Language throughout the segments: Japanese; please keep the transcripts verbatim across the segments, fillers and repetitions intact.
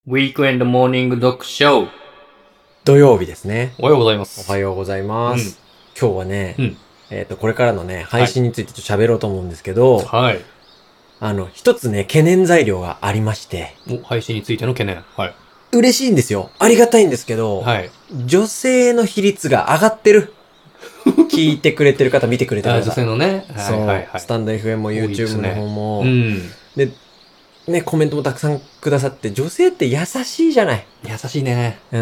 ウィークエンドモーニング読書。 土曜日ですね。 おはようございます。 おはようございます。うん、今日はね、うん、えっと、これからのね、配信についてちょっと喋ろうと思うんですけど、 はい。 あの、一つね、懸念材料がありまして。 お、配信についての懸念。はい。 嬉しいんですよ。ありがたいんですけど、 はい。 女性の比率が上がってる。聞いてくれてる方、見てくれてる方。 女性のね。 はいはいはい、そう。スタンド エフエム も YouTube の方も。 ね、うん。 で、ね、コメントもたくさんくださって、女性って優しいじゃない。 優しいね。 うん。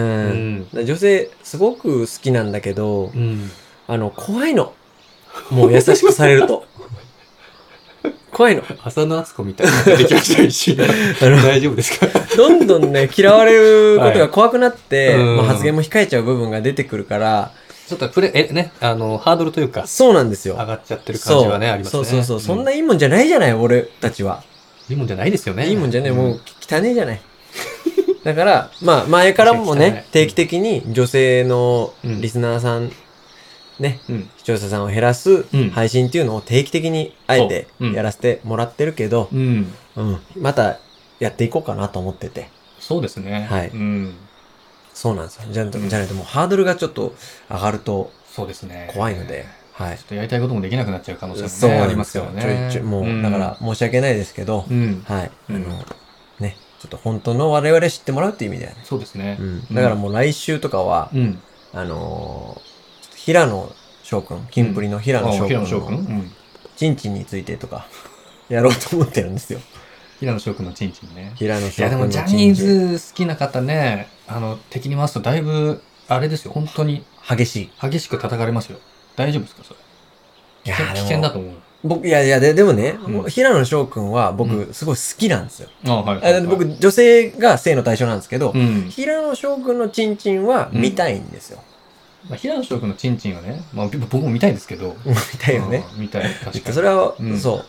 うん、女性、すごく好きなんだけど、うん、あの、怖いの。もう優しくされると。怖いの。 浅野敦子みたいな出てきました一瞬。大丈夫ですか？ どんどんね、嫌われることが怖くなって、はい、まあ、発言も控えちゃう部分が出てくるから、 ちょっとプレ、え、ね、あの、ハードルというか。 そうなんですよ。 上がっちゃってる感じはね、ありますね。 そうそうそう。うん、そんないいもんじゃないじゃない、俺たちは。 いいもんじゃないですよね。 いいもんじゃない、うん、もう汚ねえじゃない。だから、まあ、前からもね、定期的に女性のリスナーさん、うん、ね、うん、視聴者さんを減らす配信っていうのを定期的にあえてやらせてもらってるけど、うん、うん、またやっていこうかなと思ってて。 そうですね。 はい。うん、そうなんですよ。じゃ、じゃないともうハードルがちょっと上がると、そうですね。怖いので、はい。 ちょっとやりたいこともできなくなっちゃう可能性も、ね、そうありますよね。 ちょいちょい、もう、うん、だから申し訳ないですけど、うん、はい。あの、ね、ちょっと本当の我々知ってもらうっていう意味ではね。 そうですね。 うん。だからもう来週とかは、うん、あのー、平野翔くん、キンプリの平野翔くんの、チンチンについてとか、やろうと思ってるんですよ。 平野翔くんのチンチンね。 平野翔くんのチンチン。いやでもジャニーズ好きな方ね、あの、敵に回すとだいぶ、あれですよ、本当に。 激しい。 激しく叩かれますよ。大丈夫ですかそれ。いや危険だと思う。 僕、いやいや、で、でもね、うん、平野翔くんは僕、すごい好きなんですよ。うん、あはいはいはい、僕、女性が性の対象なんですけど、うん、平野翔くんのチンチンは見たいんですよ。 うん、まあ、平野翔くんのチンチンはね、まあ、僕も見たいんですけど。 見たいよね。 見たい。確かに。 それは、うん、そう。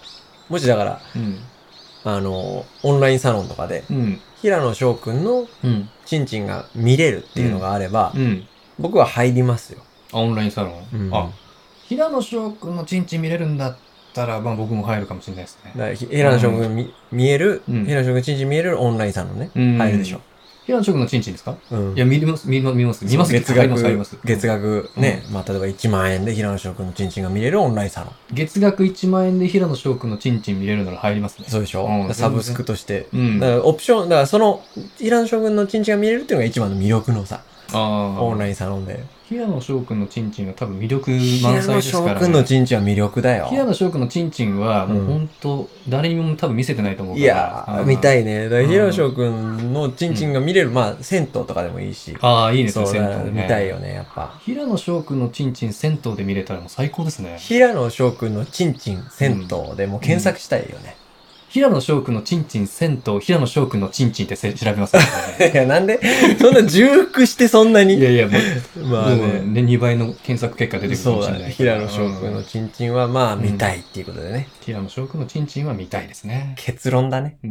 もしだから、うん、あの、オンラインサロンとかで、うん、平野翔くんのチンチンが見れるっていうのがあれば、うんうん、僕は入りますよ。 あ、オンラインサロン、うん、あ、平野翔くんのチンチン見れるんだったら、まあ僕も入るかもしれないですね。 だから平野翔くん見、見える、うん、平野翔くんのチンチン見えるオンラインサロンね、うん、入るでしょ。 平野翔くんのチンチンですか？うん。いや、見ます、見ます、見ます。見ます。 月額、月額ね、うん、まあ例えばいちまん円で平野翔くんのチンチンが見れるオンラインサロン。 月額いちまん円で平野翔くんのチンチン見れるなら入りますね。 そうでしょ、うん、サブスクとして。うん。だからオプション、だからその、平野翔くんのチンチンが見れるっていうのが一番の魅力のさ。ああ。オンラインサロンで。 平野翔くんのチンチンは多分魅力満載ですからね。 平野翔くんのチンチンは魅力だよ。 平野翔くんのチンチンはもう本当、誰にも多分見せてないと思うから。 いや、見たいね。だから平野翔くんのチンチンが見れる、まあ、銭湯とかでもいいし。 ああ、いいですね、 銭湯ね。見たいよね、やっぱ。 平野翔くんのチンチン銭湯で見れたらもう最高ですね。 平野翔くんのチンチン銭湯でもう検索したいよね。 平野翔くんのチンチン銭湯、平野翔くんのチンチンって調べますからね。いや、なんで、そんな重複してそんなに。 いやいや、もう、まあね、ね、にばいの検索結果出てくるかもしれない。そうだね。 平野翔くんのチンチンはまあ見たいっていうことでね。 うん、平野翔くんのチンチンは見たいですね。 結論だね。 うん。うん、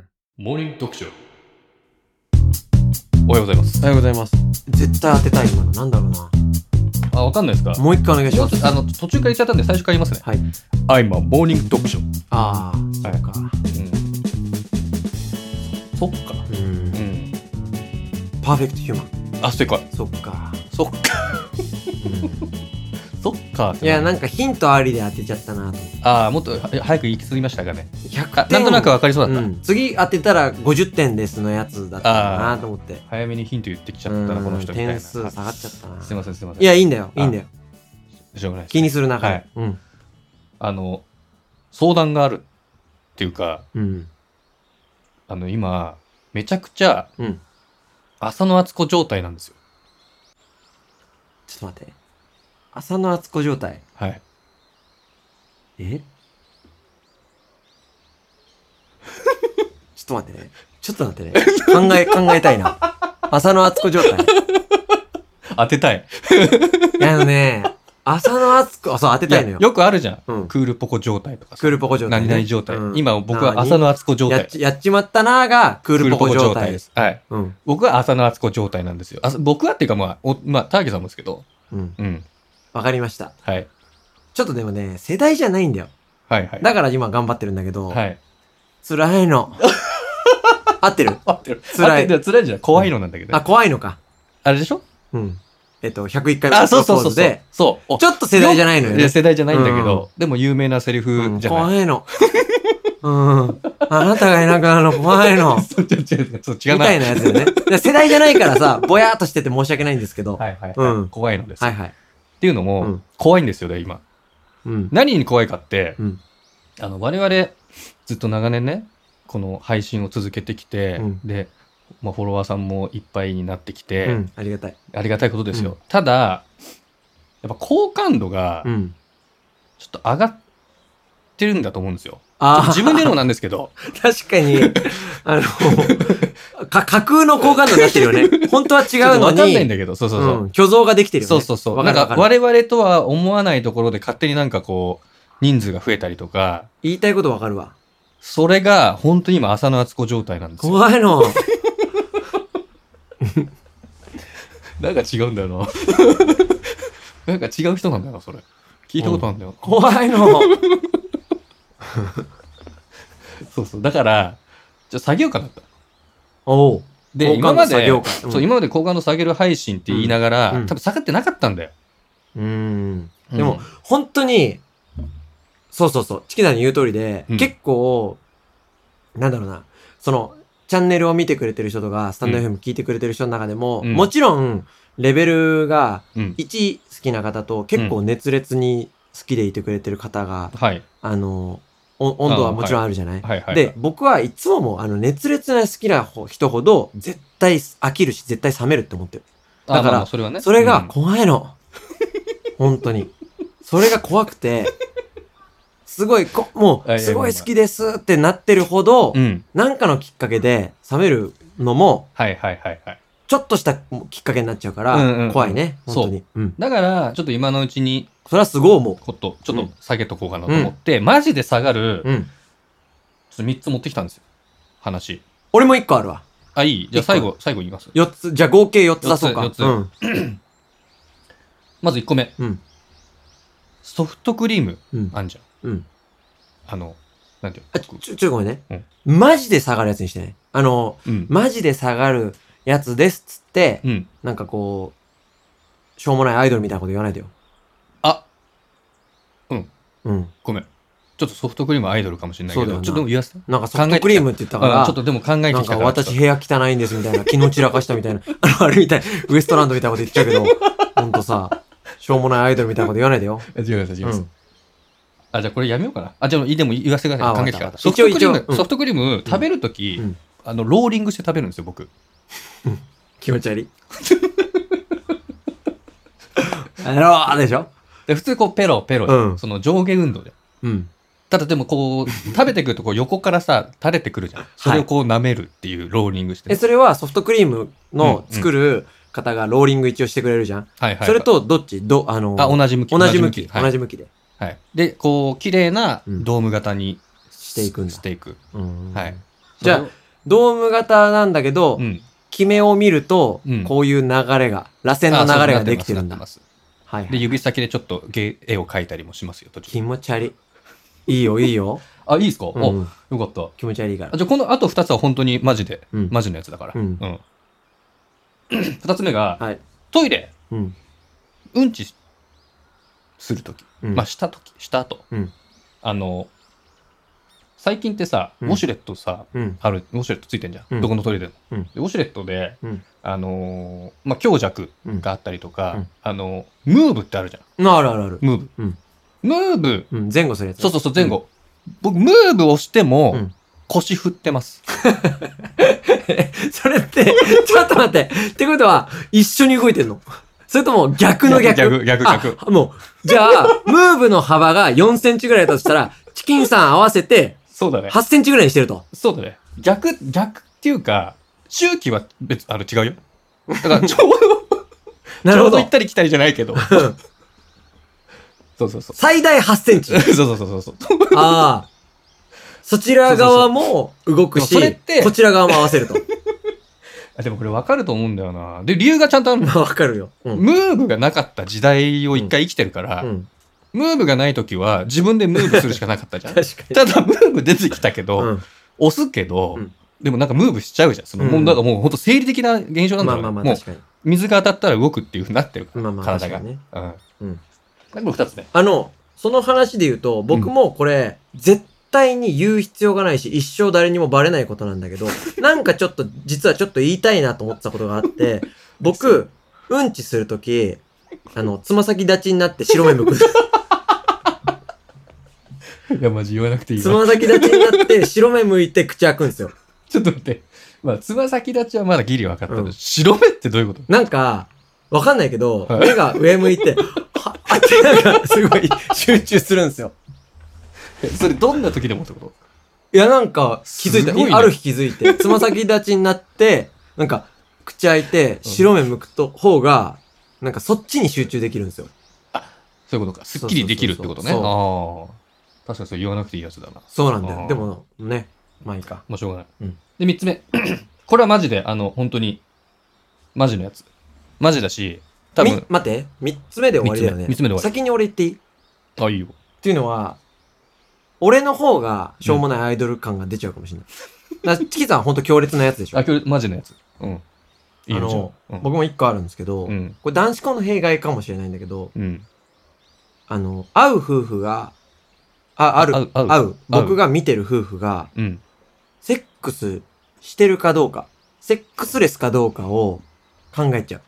モーニング読書。おはようございます。 おはようございます。絶対当てたい今の。なんだろうな。 あ、わかんないですか？ もう一回お願いします。 あの、途中から言っちゃったんで最初から言いますね。はい。I'm a morning 読書。 ああ、はい、そうか。うん。 そっか。うん。うん。 パーフェクトヒューマン。 あ、正解。 そっか。 そっか。うん、そっか。 いや、なんかヒントありで当てちゃったなと。 ああ、もっと早く行き過ぎましたかね。ひゃくてん。なんとなくわかりそうだった、うん。 次当てたらごじゅってんですのやつだったなと思って。 早めにヒント言ってきちゃったな、この人みたいな。 点数下がっちゃったな。 すいません、すいません。 いや、いいんだよ、いいんだよ。 しょうがないです。 気にする中で。 はい。うん。あの、相談があるっていうか、うん、あの、今、めちゃくちゃ、うん、浅野敦子状態なんですよ。 ちょっと待って。浅野敦子状態。 はい。 えちょっと待ってね。ちょっと待ってね。考え、考えたいな。浅野敦子状態。 当てたい。 いや、あのね、浅野敦子、あ、そう、当てたいのよ。 よくあるじゃん。うん、クールポコ状態とか。 クールポコ状態、 ね。何々状態。うん、今、僕は浅野敦子状態。 やっち、やっちまったなーが、クールポコ状態です。 はい。うん。僕は浅野敦子状態なんですよ。あ、僕はっていうか、まあ、おまあ、ターゲさんもですけど。うん。うん。 わかりました。 はい。 ちょっとでもね、世代じゃないんだよ。 はいはい。 だから今頑張ってるんだけど。 はい。 辛いの。 合ってる合ってる。 辛い。 辛いんじゃない怖いのなんだけど、 ね。あ、怖いのか。 あれでしょうん。えっと、ひゃくいっかいあ、そうそうそうそう。そう。 ちょっと世代じゃないのよね。 世代じゃないんだけど、でも有名なセリフじゃない。 怖いの。うん。あなたがいなくなるの怖いの。 そう、違う違う。そう、違う。 みたいなやつよね。世代じゃないからさ、ぼやーっとしてて申し訳ないんですけど。 はいはい。うん。怖いのです。 はいはい。 っていうのも、怖いんですよね、今。うん。何に怖いかって、あの、我々、ずっと長年ね、この配信を続けてきて、で、まあ、フォロワーさんもいっぱいになってきて、 ありがたい。 ありがたいことですよ。ただ、やっぱ好感度が、ちょっと上がってるんだと思うんですよ。あ自分でのなんですけど。 確かに、あの、か架空の好感度になってるよね。本当は違うのに。わかんないんだけど、そうそうそう。うん、 虚像ができてるよね。 そうそうそう。なんか我々とは思わないところで勝手になんかこう、人数が増えたりとか。 言いたいことわかるわ。 それが本当に今浅野敦子状態なんですよ。 怖いの。 なんか違うんだよな。なんか違う人なんだよな、それ。聞いたことあるんだよ。 うん、怖いの。 そうそう。だから、じゃあ下げようかなと。 おう。 で、今まで、うん、そう、今まで好感度下げる配信って言いながら、うん、多分下がってなかったんだよ。 うん。でも、うん、本当に、そうそうそう、チキさんに言う通りで、うん、結構、なんだろうな、その、チャンネルを見てくれてる人とか、スタンド エフエム 聞いてくれてる人の中でも、うん、もちろん、レベルがいち好きな方と、結構熱烈に好きでいてくれてる方が、 うん、 あの、温度はもちろんあるじゃない、はいはいはい、で、僕はいつももう、あの、熱烈な好きな人ほど、絶対飽きるし、絶対冷めるって思ってる。だから、それはね、それが怖いの。うん、本当に。それが怖くて、すごいこ、もう、すごい好きですってなってるほど、うん、なんかのきっかけで冷めるのも、 はいはいはいはい。 ちょっとしたきっかけになっちゃうから、うんうんうん、怖いね、本当に。 そう。うん、だから、ちょっと今のうちに、 それはすごい思う。 こと、ちょっと下げとこうかなと思って、うん、マジで下がる、うん、ちょっとみっつ持ってきたんですよ。話。 俺もいっこあるわ。 あ、いいじゃあ最後、最後言います。 よっつ、じゃあ合計よっつ出そうか。よっつ。よっつうん、まずいっこめ。うん、ソフトクリーム、あんじゃん。うん、あの、なんていうの？あ、ちょ、ちょ、ごめんね。うん、マジで下がるやつにしてね。あの、うん、マジで下がるやつですっつって、うん、なんかこう、しょうもないアイドルみたいなこと言わないでよ。 あ、うん。うん。ごめん。ちょっとソフトクリームアイドルかもしれないけど、ちょっと言わせて。 なんかソフトクリームって言ったから、 ちょっとでも考えてきたから。 なんか私部屋汚いんですみたいな、気の散らかしたみたいな、あの、あれみたい、ウエストランドみたいなこと言っちゃうけど、ほんとさ、しょうもないアイドルみたいなこと言わないでよ。 違います、違います。あ、じゃあこれやめようかな。あ、じゃあでも言わせてください。考えてきた。ソフトクリーム、ソフトクリーム食べるとき、あの、ローリングして食べるんですよ、僕。 気持ち悪い。あのでしょで普通こうペロペロ、うん、その上下運動で、うん、ただでもこう食べてくるとこう横からさ垂れてくるじゃん。それをこう舐めるっていうローリングして、 はい、えそれはソフトクリームの作る方がローリング一応してくれるじゃん、はいはいはい、それとどっちどあのー、 あ同じ向き同じ向き同じ向きで、 はい、でこう綺麗なドーム型に、うん、 していくんだしていく、はい、 じゃあドーム型なんだけど、うん、キメを見ると、うん、こういう流れが螺旋の流れができてるんだ。 はい、はい、で指先でちょっと絵を描いたりもしますよ。途中気持ち悪い。いいよいいよ。 あいいですか。うん、およかった。 気持ち悪いから。 じゃあこのあとふたつは本当にマジで、うん、マジのやつだから。うん。うん、ふたつめが、はい、トイレ、うん、うんちするとき、うん、まあしたときした後、うん、あの最近ってさ、ウォシュレットさ、うん、あるウォシュレットついてんじゃん、うん、どこのトイレでも、うん、でウォシュレットで、うん、あのー、まあ強弱があったりとか、うん、あのー、ムーブってあるじゃん。 あるあるある。 ムーブ、うん、ムーブ、 うん、前後するやつ。 そうそうそう前後、うん、僕ムーブをしても、うん、腰振ってます。 それってちょっと待ってってことは一緒に動いてんの？それとも逆の逆？ 逆逆逆。 あ、もうじゃあムーブの幅がよんセンチぐらいだとしたらチキンさん合わせてそうだね。 はちセンチぐらいにしてると。 そうだね。逆、逆っていうか、周期は別、あの違うよ。だからちょうど、なるほど。ちょうど行ったり来たりじゃないけど。そうそうそう。 最大はちセンチ。 そうそうそうそう。 ああ。そちら側も動くし、それってこちら側も合わせると。 あでもこれ分かると思うんだよな。で、理由がちゃんとあるの。 分かるよ、 うん。ムーブがなかった時代を一回生きてるから、うんうんムーブがないときは自分でムーブするしかなかったじゃん。確かに。ただムーブ出てきたけど、うん、押すけど、うん、 でもなんかムーブしちゃうじゃん。その、うん、もうなんかもう本当生理的な現象なんだろうね。まあまあまあ確かに。水が当たったら動くっていう風になってるから、まあまあ体が。ね、うん。うん。これ二つね。 あの、その話で言うと、僕もこれ、うん、絶対に言う必要がないし、一生誰にもバレないことなんだけど、なんかちょっと、実はちょっと言いたいなと思ってたことがあって、僕、うんちするとき、あの、つま先立ちになって白目向く。 いや、マジ言わなくていいわ。 つま先立ちになって白目向いて口開くんですよ。 ちょっと待って。まあ、つま先立ちはまだギリ分かったけど、うん、白目ってどういうこと？ なんか、わかんないけど、はい、目が上向いて、はあってなんかすごい集中するんですよ。 それどんな時でもってこと？ いや、なんか気づいた、ね、ある日気づいて、つま先立ちになって、なんか口開いて白目向くと方が、なんかそっちに集中できるんですよ。 あ、そういうことか。すっきりできるってことね。ああ。確かにそれ言わなくていいやつだな。 そうなんだよ。でもね、まあいいか。 まあしょうがない。うん、で、三つ目。これはマジで、あの、本当に、マジのやつ。マジだし、多分。 待って、三つ目で終わりだよね。 三つ目で終わり。 先に俺言っていい？ あ、いいよ。 っていうのは、俺の方がしょうもないアイドル感が出ちゃうかもしれない。うん、だからチキさんは本当強烈なやつでしょ。 あ、強烈、マジのやつ。うん。 いいあの、うん、僕も一個あるんですけど、うん、これ男子校の弊害かもしれないんだけど、うん、あの、会う夫婦が、あ、ある、会う、会う僕が見てる夫婦が、うん、セックスしてるかどうか、セックスレスかどうかを考えちゃう。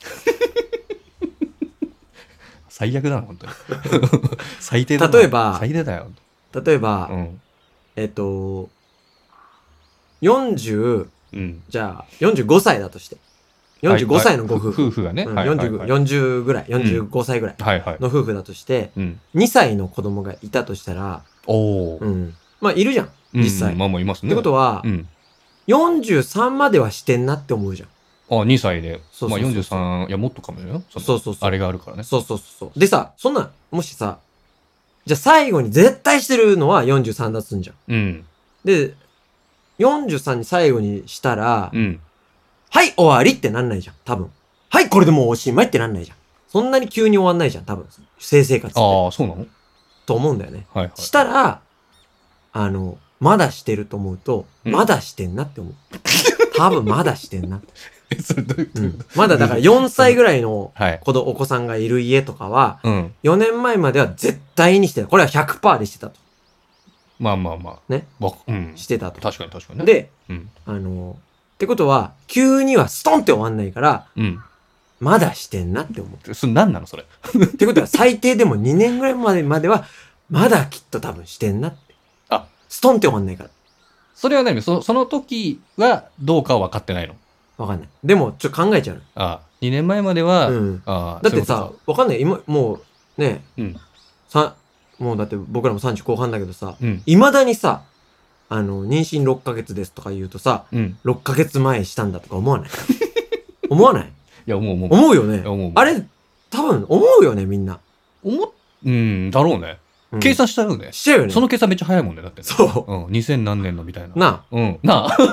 最悪だな、本当に。最低だな。例えば、 最低だよ。 例えば、うん、えっと、よんじゅう、うん、じゃあ、よんじゅうごさいだとして。よんじゅうごさいのご夫婦。 夫婦がね。 うん、よんじゅう、よんじゅうぐらい、よんじゅうごさいぐらいの夫婦だとして、うん、にさいの子供がいたとしたら、おうん、まあ、いるじゃん、実際。うん、 まあまあいますね。 ってことは、うん、よんじゅうさんまではしてんなって思うじゃん。 あ、にさいで。そうそうそうそう。まあよんじゅうさん、いや、もっとかもよ。そそうそうそう。あれがあるからね。 そうそうそう。でさ、そんな、もしさ、じゃあ最後に絶対してるのはよんじゅうさんだとすんじゃん。うん。で、よんじゅうさんに最後にしたら、うん。はい、終わりってなんないじゃん、多分。はい、これでもうおしまいってなんないじゃん。そんなに急に終わんないじゃん、多分。性生活って。 ああ、そうなの？ と思うんだよね。 はいはい。 したら、あの、まだしてると思うと、うん、まだしてんなって思う。多分まだしてんなって。 え、それどういうこと？うん、 まだだからよんさいぐらいの子供、お子さんがいる家とかは、うん、よねんまえまでは絶対にしてた。これは ひゃくパーセント でしてたと。 まあまあまあ。 ね。 うん、 してたと。 確かに確かにね。 で、うん、あの、ってことは、急にはストンって終わんないから、うん、まだしてんなって思う。 それ何なのそれ。 ってことは、最低でもにねんぐらいまでまでは、まだきっと多分してんなって。あ、ストンって終わんないから。 それは何？そ、その時はどうかは分かってないの？ わかんない。でも、ちょっと考えちゃうの。 ああ、にねんまえまでは、 うん、ああだってさ、わかんない。今、もう、ね、うん、さ、もうだって僕らもさんじゅう後半だけどさ、うん、未だにさ、あの、妊娠ろっかげつですとか言うとさ、うん、ろっかげつまえしたんだとか思わない？思わない？いや、思う思う。 思うよね。思う思う。あれ、多分思うよね、みんな。 思っ、うん、だろうね。うん、計算しちゃうよね。 しちゃうよね。 その計算めっちゃ早いもんね、だって。 そう。 うん、にせん何年のみたいな。 なあ。 うん、なあ。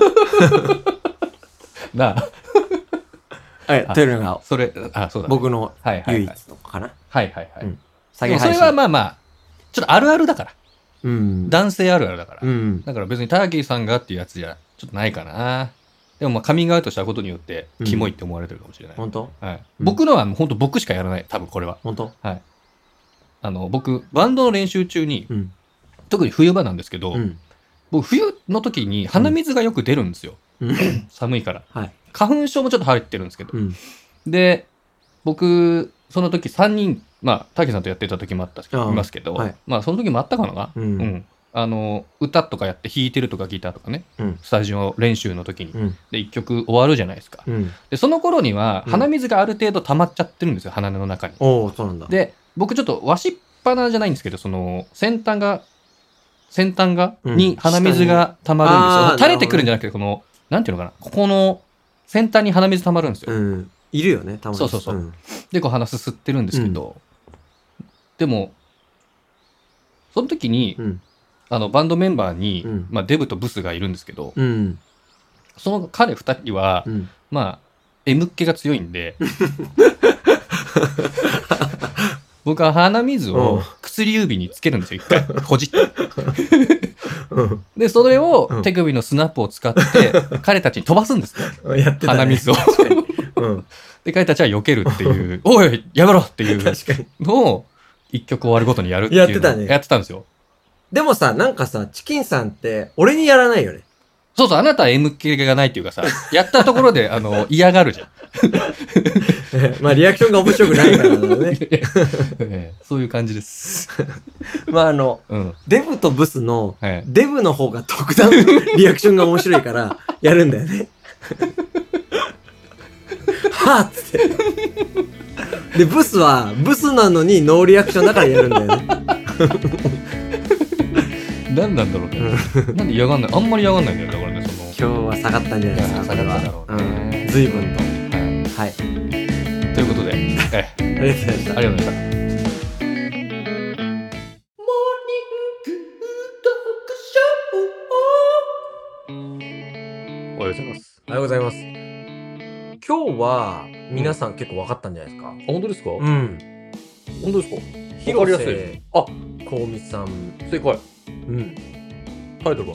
なあ。 はい、というのが、 それ、あ、そうだ、ね。 僕の唯一のかな。 はいはいはい。うん、それはまあまあ、ちょっとあるあるだから。うん。男性あるあるだから。うん。だから別にターキーさんがっていうやつじゃ、ちょっとないかな。でもまあ、カミングアウトしたことによって、キモいって思われてるかもしれない。 本当？ はい。うん、僕のは本当僕しかやらない。多分これは。 本当？ はい。あの、僕、バンドの練習中に、うん、特に冬場なんですけど、うん、僕、冬の時に鼻水がよく出るんですよ。うん、寒いから。はい。花粉症もちょっと入ってるんですけど。うん、で、僕、その時さんにん、まあ、タケさんとやってた時もあったいますけど、はい、まあ、その時もあったかな、うん、うん。あの、歌とかやって弾いてるとかギターとかね、うん、スタジオ練習の時に、うん、で、一曲終わるじゃないですか。うん、で、その頃には、鼻水がある程度溜まっちゃってるんですよ、鼻の中に。 おー、そうなんだ。 で、僕ちょっとわしっぱなじゃないんですけど、その、先端が、先端が、に鼻水が溜まるんですよ。垂れてくるんじゃなくて、この、なんていうのかな、ここの先端に鼻水溜まるんですよ。 うん。いるよね、たまに。 そうそうそう。うん、で、こう鼻すすってるんですけど、うん、でも、その時に、うん、あの、バンドメンバーに、うん、まあ、デブとブスがいるんですけど、うん、その彼二人は、うん、まあ、M っ気が強いんで、僕は鼻水を薬指につけるんですよ、一回。ほじって。 うん、 で、それを手首のスナップを使って、彼たちに飛ばすんですね。 やってたね。 鼻水を。うん、で、彼たちは避けるっていう、おい、やめろっていうのを、一曲終わるごとにやるっていうのをやってたね。やってたんですよ。 でもさ、なんかさ、チキンさんって、俺にやらないよね。 そうそう、あなたは エム 系がないっていうかさ、やったところで、あの、嫌がるじゃん。 まあ、リアクションが面白くないからね。そういう感じです。 まあ、あの、うん、デブとブスの、はい、デブの方が特段リアクションが面白いから、やるんだよね。はぁっつって。で、ブスは、ブスなのにノーリアクションだからやるんだよね。 何なんだろうね。なんで嫌がんない、あんまり嫌がんないんだよね、だからね、 その。今日は下がったんじゃないですか、 下がっただろうね。 随分と。はい。 ということで、えありがとうございました。 ありがとうございました。モーニング読書。おはようございます。 おはようございます。今日は、皆さん結構分かったんじゃないですか。あ、 本当ですか？ うん。 本当ですか？ 広瀬あ、 香美さん。 正解。 うん。 タイトルは？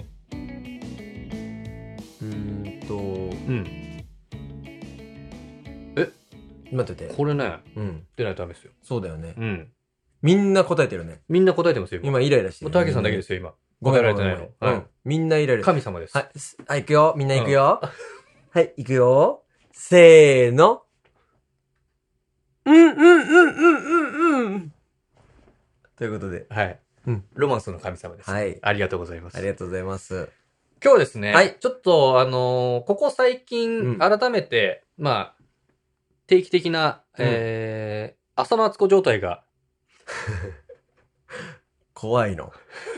うーんと、 うん。え？ 待ってて。 これね、 うん。 出ないとダメですよ。 そうだよね。 うん。 みんな答えてるね。 みんな答えてますよ。 今イライラしてる。 タケさんだけですよ、今。 ごめん答えられてないの。 うん。みんなイライラ。 神様です。 はい。はい、行くよ。みんな行くよ。はい、行くよ。せーの。うんうんうんうんうんうん。ということで。 はい。うん。ロマンスの神様です。 はい。 ありがとうございます。 ありがとうございます。 今日ですね。 はい。 ちょっと、あのー、ここ最近、改めて、うん、まあ、定期的な、うん、えー、浅野敦子状態が。 怖いの。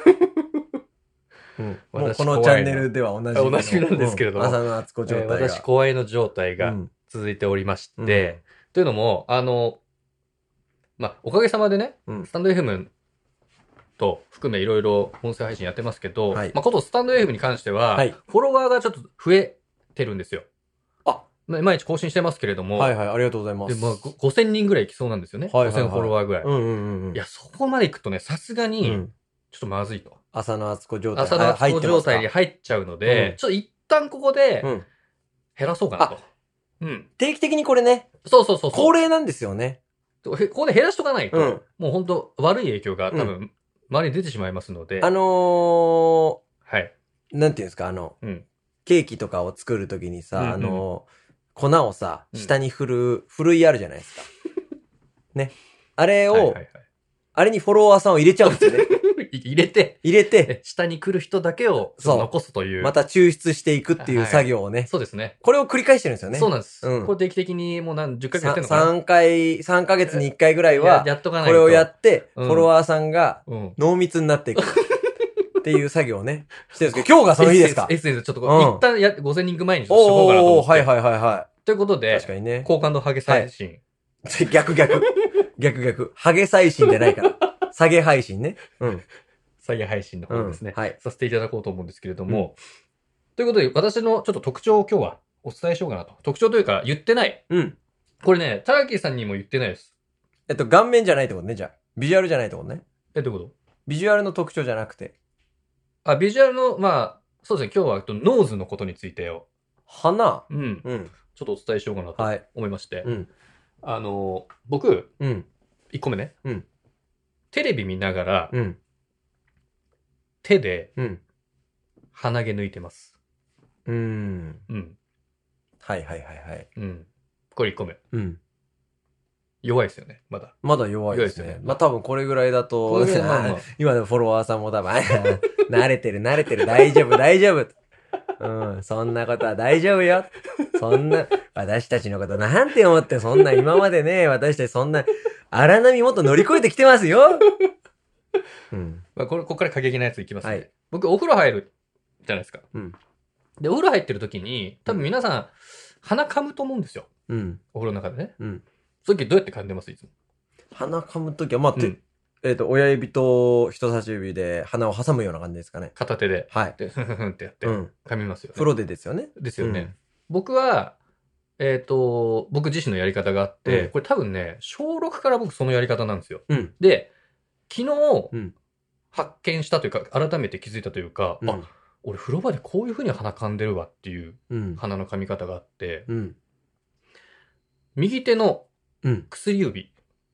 うん、もうこのチャンネルでは同じ。 同じなんですけれども。 浅野敦子状態が。 えー、私、怖いの状態が続いておりまして、うんうん、というのも、あの、まあ、おかげさまでね、うん、スタンド エフエム と含めいろいろ音声配信やってますけど、はい、まあ、ことスタンド エフエム に関しては、はい、フォロワーがちょっと増えてるんですよ。あ、毎日更新してますけれども。 はいはい、ありがとうございます。 で、まあ、ごせんにんぐらいいきそうなんですよね。はいはいはい、ごせんフォロワーぐらい。 うんうんうん、 いや、そこまでいくとね、さすがに、ちょっとまずいと。 浅野敦子状態。 浅野敦子状態に入っちゃうので、うん、ちょっと一旦ここで、減らそうかなと。 うん。定期的にこれね。 そうそうそうそう。 恒例なんですよね。 ここで減らしとかないと、うん、もう本当悪い影響が多分、周りに出てしまいますので。 あのー、 はい。 なんていうんですか、あの、うん、ケーキとかを作るときにさ、うんうん、あのー、粉をさ、下に振る、うん、ふるいあるじゃないですか。ね。あれを、はいはいはい、あれにフォロワーさんを入れちゃうんですよね。 入れて、 入れて、 下に来る人だけを残すという。 また抽出していくっていう作業をね。はい、 そうですね。 これを繰り返してるんですよね。 そうなんです。うん、これ定期的にもう何、じゅっかげつやってるのかな ?さん 回、さんかげつにいっかいぐらいは、 やっとかないとこれをやって、うん、フォロワーさんが濃密になっていく。っていう作業をね、してるんですけど、今日がその日ですか？ エスエス ちょっと、うん、一旦やごせんにん行く前にちょっとしとこうかなと思って。 はいはいはいはい。 ということで、 確かにね。 好感度ハゲ配信。 はい、逆逆。逆逆。ハゲ配信じゃないから。下げ配信ね。うん。 下げ配信の方ですね、 うん。はい。 させていただこうと思うんですけれども。うん、ということで、私のちょっと特徴を今日はお伝えしようかなと。特徴というか、言ってない。 うん。 これね、タラキーさんにも言ってないです。 えっと、顔面じゃないってことね、じゃあ。ビジュアルじゃないってことね。 え、どういうこと？ ビジュアルの特徴じゃなくて。 あ、ビジュアルの、まあ、そうですね、今日はノーズのことについてを。 鼻うん。うん。ちょっとお伝えしようかなと思いまして。はい、 うん。 あの、僕、 うん。 いっこめね。 うん。 テレビ見ながら、 うん。 手で、 うん。 鼻毛抜いてます。 うーん。 うん。 はいはいはいはい。 うん。これいっこめ。 うん。 弱いですよね、まだ。 まだ弱いですね。ですね。まあ多分これぐらいだと、今のフォロワーさんも多分、慣れてる慣れてる、大丈夫大丈夫。うん、そんなことは大丈夫よ。そんな、私たちのことなんて思って、そんな今までね、私たちそんな、荒波もっと乗り越えてきてますよ。 うん。まあこれ、ここから過激なやついきますね。はい、僕、お風呂入るじゃないですか。 うん。 で、お風呂入ってる時に、多分皆さん、うん、鼻噛むと思うんですよ。 うん。 お風呂の中でね。 うん。 その時どうやって噛んでますいつも。 鼻噛む時は、まあ、うん、えっ、ー、と、親指と人差し指で鼻を挟むような感じですかね。 片手で。 はい。 で、ふんふんってやって、噛みますよね。 風呂でですよね。 ですよね。うん、僕は、えっ、ー、と、僕自身のやり方があって、うん、これ多分ね、小ろくから僕そのやり方なんですよ。 うん、 で、昨日、 うん、 発見したというか、改めて気づいたというか、うん、あ、俺風呂場でこういう風に鼻噛んでるわっていう鼻の噛み方があって、うん、右手の薬指、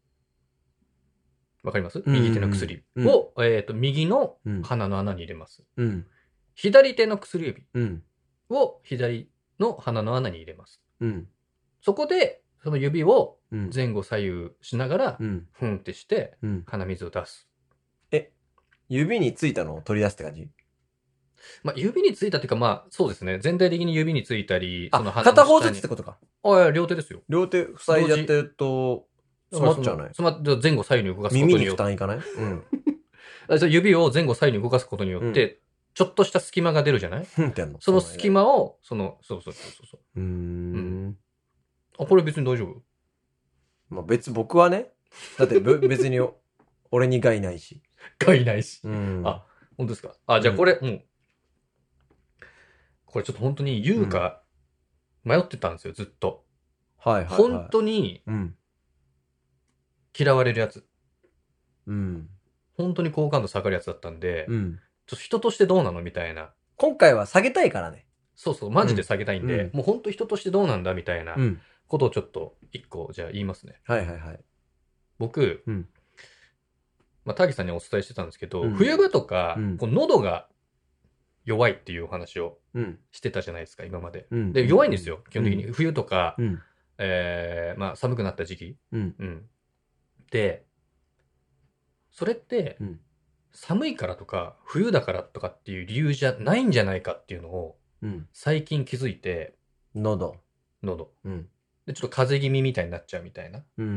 わかります？うん、右手の薬を、うん、えっと、右の鼻の穴に入れます。うん、左手の薬指を左の鼻の穴に入れます。うん、そこで、その指を前後左右しながら、うん、ふんってして、鼻水を出す。 え、指についたのを取り出すって感じ？ まあ、指についたっていうか、まあ、そうですね。全体的に指についたり、 その鼻の下に。片方ずつってことか。 あ、いや、両手ですよ。 両手塞いじゃってると、詰まっちゃうね。 詰まって、前後左右に動かすことによって。耳に負担いかない？ うん。指を前後左右に動かすことによって、うん、ちょっとした隙間が出るじゃない？ ふんってやんの？ その隙間を、その、そうそうそうそう。うーん。うん。あ、これ別に大丈夫？ まあ別、僕はね。だって別に、俺に害ないし。 害ないし。うん。あ、本当ですか？あ、じゃあこれ、うん、もう、これちょっと本当に言うか、迷ってたんですよ、ずっと。 はいはい、はい。 本当に、嫌われるやつ。うん。本当に好感度下がるやつだったんで、うん。ちょっと人としてどうなのみたいな。 今回は下げたいからね。 そうそう、マジで下げたいんで、うん、もう本当人としてどうなんだみたいなことをちょっと一個、じゃあ言いますね。 はいはいはい。 僕、うん、まあ、タギさんにお伝えしてたんですけど、うん、冬場とか、うん、こう喉が弱いっていうお話をしてたじゃないですか、今まで。うん、で、弱いんですよ、基本的に。うん、冬とか、うん、えー、まあ、寒くなった時期。うんうん、で、それって、うん、寒いからとか、冬だからとかっていう理由じゃないんじゃないかっていうのを、最近気づいて。 喉。 喉。うん。で、ちょっと風邪気味みたいになっちゃうみたいな。うん。うん、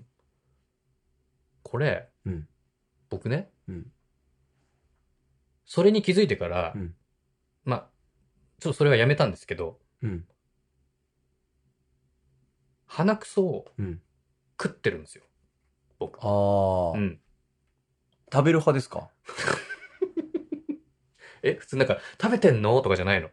これ、うん、僕ね、うん、それに気づいてから、うん、まあ、ちょっとそれはやめたんですけど、うん、鼻くそを食ってるんですよ。僕。 ああ。うん。食べる派ですか？ え、普通なんか、食べてんのとかじゃないの？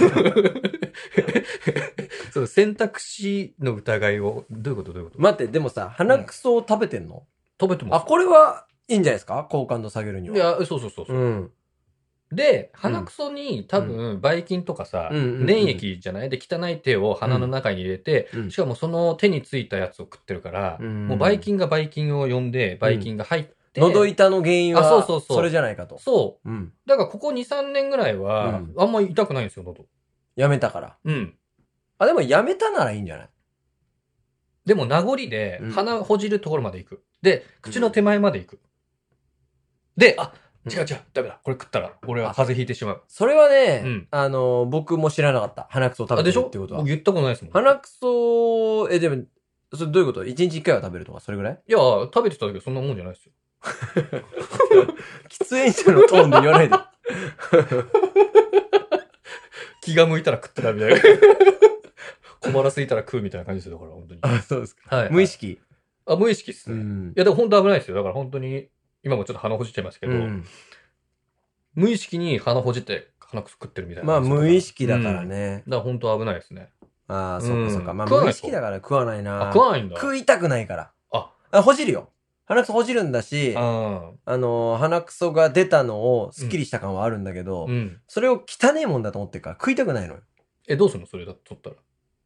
そう、選択肢の疑いを、どういうことどういうこと？ 待って、でもさ、鼻くそを食べてんの？うん、 食べてます。 あ、これはいいんじゃないですか？好感度下げるには。 いや、そうそうそうそう。うん。で、鼻くそに多分、ばい菌とかさ、粘液じゃないで、汚い手を鼻の中に入れて、うん、しかもその手についたやつを食ってるから、うん、もうばい菌がばい菌を呼んで、ばい菌が入って、 喉痛の原因は、そうそうそう。それじゃないかと。 そう。うん。だからここに、さんねんぐらいは、あんま痛くないんですよ、喉。 やめたから。うん。あ、でもやめたならいいんじゃない？ でも名残で、鼻ほじるところまで行く。で、口の手前まで行く。で、あ、違う違う、ダメだ。これ食ったら、俺は風邪ひいてしまう。 それはね、うん、あの、僕も知らなかった。鼻くそ食べてるってことは。 僕言ったことないですもん。 鼻くそ、え、でも、それどういうこと？一日一回は食べるとか、それぐらい？ いや、食べてたけどそんなもんじゃないですよ。 喫煙者のトーンで言わないで。 気が向いたら食ってたみたいな。小腹空いたら食うみたいな感じですよ、だから本当に。 あ、そうですか。はい、はい。無意識？ あ、無意識っすね。うん、いや、でも本当危ないですよ。だから本当に、今もちょっと鼻ほじっちゃいますけど、うん、無意識に鼻ほじって鼻くそ食ってるみたいな。 まあ無意識だからね。 うん、だから本当危ないですね。 ああ、そっかそっか。まあ無意識だから食わないな。 あ、食わないんだ。 食いたくないから。あ、あほじるよ。鼻くそほじるんだし、あ, あの、鼻くそが出たのをスッキリした感はあるんだけど、うん、それを汚いもんだと思ってるから食いたくないのよ。 え、どうするのそれだと取ったら。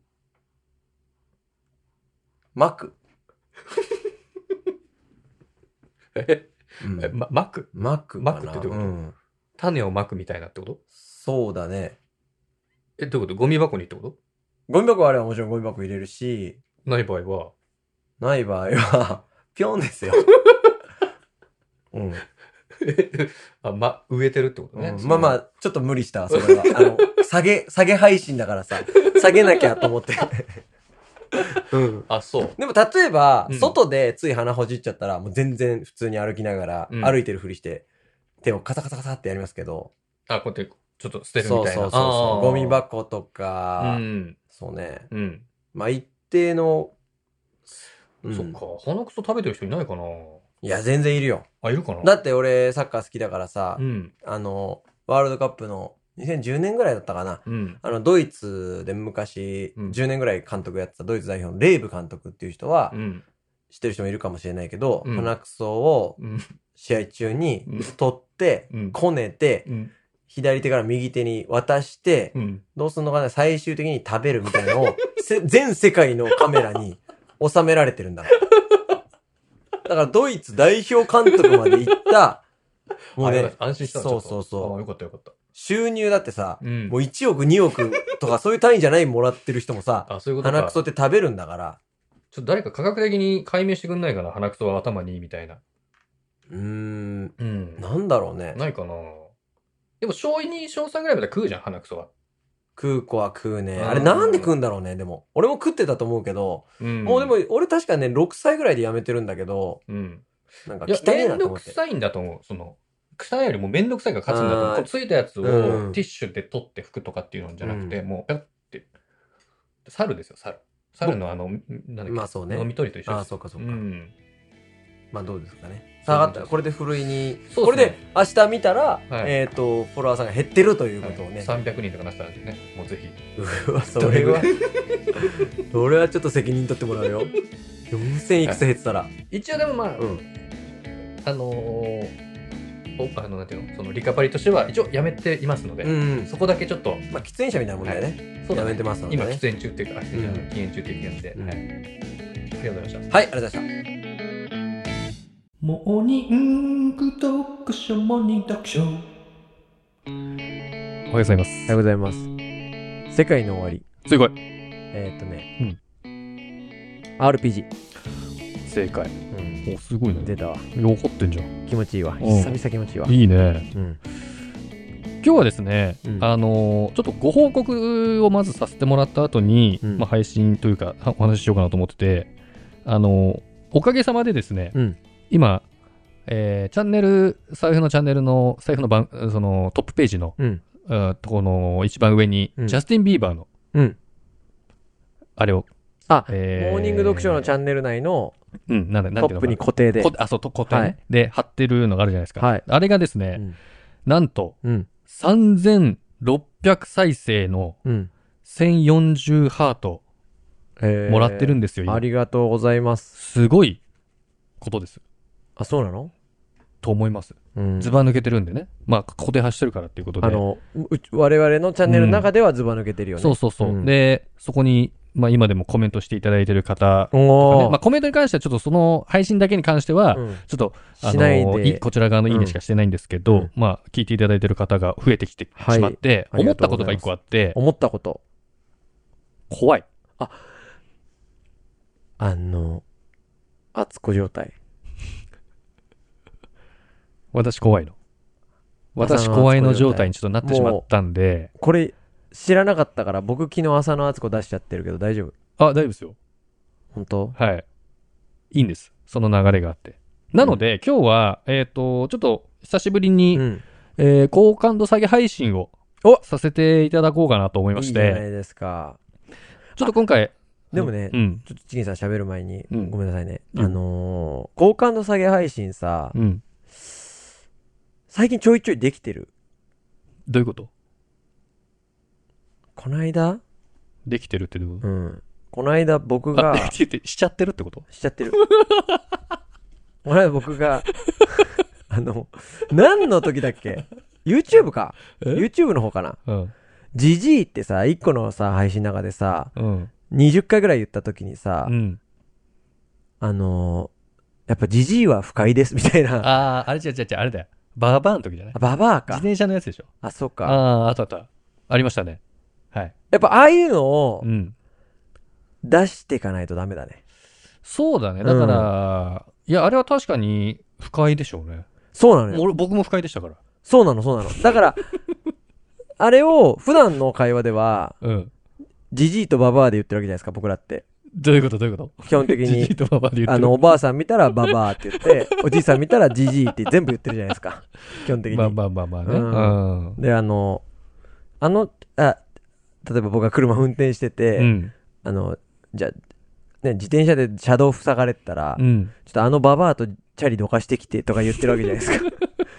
巻く。 え、うん、え、ま、巻く巻く巻くってどういうこと、うん、種を巻くみたいなってこと？ そうだね。 え、どういうこと？ゴミ箱にってこと？ ゴミ箱あれはもちろんゴミ箱入れるし、 ない場合はない場合は、ぴょんですよ。うん。 あ、ま、植えてるってことね。 うん、まあまあ、ちょっと無理したわ、それは。あの、下げ、下げ配信だからさ、下げなきゃと思って。うん。 あ、そう。 でも例えば、うん、外でつい鼻ほじっちゃったら、もう全然普通に歩きながら、うん、歩いてるふりして、手をカサカサカサってやりますけど。 あ、こうやって、ちょっと捨てるみたいな。 そうそうそうそう。ゴミ箱とか、うん、そうね。うん。まあ一定の、 うん、そっか。鼻くそ食べてる人いないかな？ いや、全然いるよ。 あ、いるかな？ だって俺、サッカー好きだからさ、うん、あの、ワールドカップのにせんじゅうねんぐらいだったかな。うん、あの、ドイツで昔、うん、じゅうねんぐらい監督やってたドイツ代表のレーブ監督っていう人は、うん、 知ってる人もいるかもしれないけど、うん、鼻くそを試合中に取って、うん、こねて、うん、左手から右手に渡して、うん、どうすんのかな、最終的に食べるみたいなのを全世界のカメラに収められてるんだ。だからドイツ代表監督まで行った、 もうね、安心した。 そうそうそう。 あ、よかったよかった。 収入だってさ、うん、もういちおくにおくとかそういう単位じゃないもらってる人もさ、 あ、そういうことか。 鼻くそって食べるんだから。 ちょっと誰か科学的に解明してくんないかな、鼻くそは頭にいいみたいな。 うーん。うん。なんだろうね。 ないかな。でも小に、小さんぐらいまで食うじゃん、鼻くそは。 食う子は食うね。あれなんで食うんだろうね、でも。俺も食ってたと思うけど、うん、もうでも俺確かね、ろくさいぐらいでやめてるんだけど、うん。なんか汚いなと思って。めんどくさいんだと思う。その、臭いよりもめんどくさいが勝つんだと思う。こうついたやつをティッシュで取って拭くとかっていうのじゃなくて、うん、もう、ペッって。猿ですよ、猿。猿のあの、なんだっけ、まあそうね、飲み取りと一緒です。ああ、そうかそうか。うん、まあどうですかね。下がった。これでふるいに、ね、これで明日見たら、はい、えっ、ー、と、フォロワーさんが減ってるということをね。はい、 さんびゃくにんとかなったらね、もうぜひ。 うわ、それは、それはちょっと責任取ってもらうよ。よんせんいくつ減ってたら。はい、 一応でもまあ、うん、あのー、あのなんていうの、そのリカバリーとしては一応やめていますので、うんうん、そこだけちょっと、 まあ喫煙者みたいなもんだよね。はい、そうだね、やめてますので、ね、 今喫煙中っていうか、うん、禁煙中っていう感じで、うん、はい。ありがとうございました。 はい、ありがとうございました。 モーニング読書モーニング読書。おはようございます。 おはようございます。世界の終わり。 正解。 えー、っとね、うん、アールピージー。 正解。うん、お、すごいね。 出たわ。 よかってんじゃん。 気持ちいいわ。久々気持ちいいわ。 いいね。うん。今日はですね、うん、あのー、ちょっとご報告をまずさせてもらった後に、うん、まあ、配信というかお話ししようかなと思ってて、あのー、おかげさまでですね、うん、今、えー、チャンネル、財布のチャンネルの、財布の番、そのトップページの、うん、とこの一番上に、うん、ジャスティン・ビーバーの、うん、あれを、 あ、えー、モーニング読書のチャンネル内の、 うん、なんで、 なんていうのかな、トップに固定で。 あ、そう、固定、ね、はい、で貼ってるのがあるじゃないですか。はい、あれがですね、うん、なんと、うん、さんぜんろっぴゃく再生のせんよんじゅうハートもらってるんですよ、 今。ありがとうございます。 すごいことです。 あ、そうなのと思います。うん、ズバ抜けてるんでね。まあ、固定走ってるからっていうことで。 あの、我々のチャンネルの中ではズバ抜けてるよね。 うん、そうそうそう。うん、で、そこに、まあ今でもコメントしていただいてる方とかね、まあコメントに関してはちょっとその配信だけに関しては、ちょっと、うん、あのい、こちら側のいいねしかしてないんですけど、うん、まあ聞いていただいてる方が増えてきてしまって、はい、思ったことが一個あって、 思ったこと。 怖い。あ、 あの、あつこ状態。 私怖いの。私怖いの状態にちょっとなってしまったんで。 これ、知らなかったから僕昨日浅野敦子出しちゃってるけど大丈夫？ あ、大丈夫ですよ。 本当？ はい。いいんです。その流れがあって。なので、うん、今日は、えっと、ちょっと久しぶりに、うん、えー、高感度詐欺配信をさせていただこうかなと思いまして。いいじゃないですか。 ちょっと今回。 でもね、うん、ちょっとチキンさん喋る前に、うん、ごめんなさいね。うん、あのー、高感度詐欺配信さ、うん、最近ちょいちょいできてる。 どういうこと？ この間できてるってどういうこと？うん。 この間僕が。 できてて、しちゃってるってこと？ しちゃってる。この間僕が、あの、何の時だっけ ?YouTube か ?YouTube の方かな、うん、ジジイってさ、いっこのさ、配信の中でさ、うん、にじゅっかいぐらい言った時にさ、うん、あのー、やっぱジジイは不快ですみたいな。 ああ、あれ違う違う違う、あれだよ。ババアの時じゃない？ ババアか。 自転車のやつでしょ。 あ、そうか。 ああ、あったあった。ありましたね。はい。 やっぱああいうのを出していかないとダメだね。 そうだね。だから、うん、いや、あれは確かに不快でしょうね。 そうなのよ。 俺、僕も不快でしたから。 そうなの、そうなの。だから、あれを普段の会話では、うん。ジジイとババアで言ってるわけじゃないですか、僕らって。 どういうことどういうこと基本的に。 ジジイとババアで言ってる。 あの、おばあさん見たらババアって言って、おじいさん見たらジジイって全部言ってるじゃないですか。基本的に。 まあまあまあまあね。うん。うん、で、あの、あの、あ、例えば僕が車運転してて、うん、あの、じゃあ、ね、自転車で車道塞がれてたら、うん、ちょっとあのババアとチャリどかしてきてとか言ってるわけじゃないですか。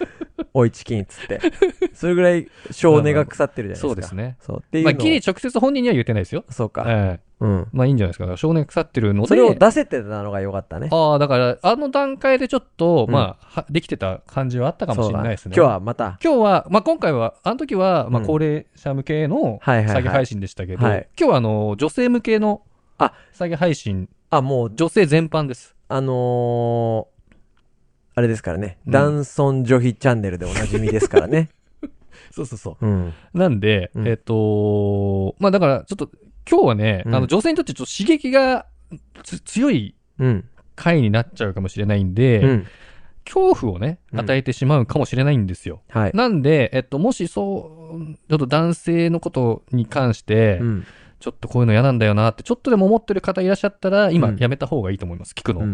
おいチキンっつって。それぐらい性根が腐ってるじゃないですか。 そうですね。 そう。っていうまあ、ギリ直接本人には言ってないですよ。 そうか。 ええうん。まあいいんじゃないですか。性根腐ってるので。 それを出せてたのが良かったね。 ああ、だから、あの段階でちょっと、うん、まあ、できてた感じはあったかもしれないですね。 今日はまた。 今日は、まあ今回は、あの時は、まあ高齢者向けの詐欺配信でしたけど、今日はあの、女性向けの詐欺配信。あ、もう女性全般です。 あのー、あれですからね。うん、男尊女卑チャンネルでおなじみですからね。 そうそうそう。うん、なんで、うん、えっと、まあだからちょっと今日はね、うん、あの女性にとってちょっと刺激が強い回になっちゃうかもしれないんで、うん、恐怖をね、与えてしまうかもしれないんですよ。はい、なんで、えっと、もしそう、ちょっと男性のことに関して、うんちょっとこういうの嫌なんだよなって、ちょっとでも思ってる方いらっしゃったら、今やめた方がいいと思います。聞くの。うんうんうん、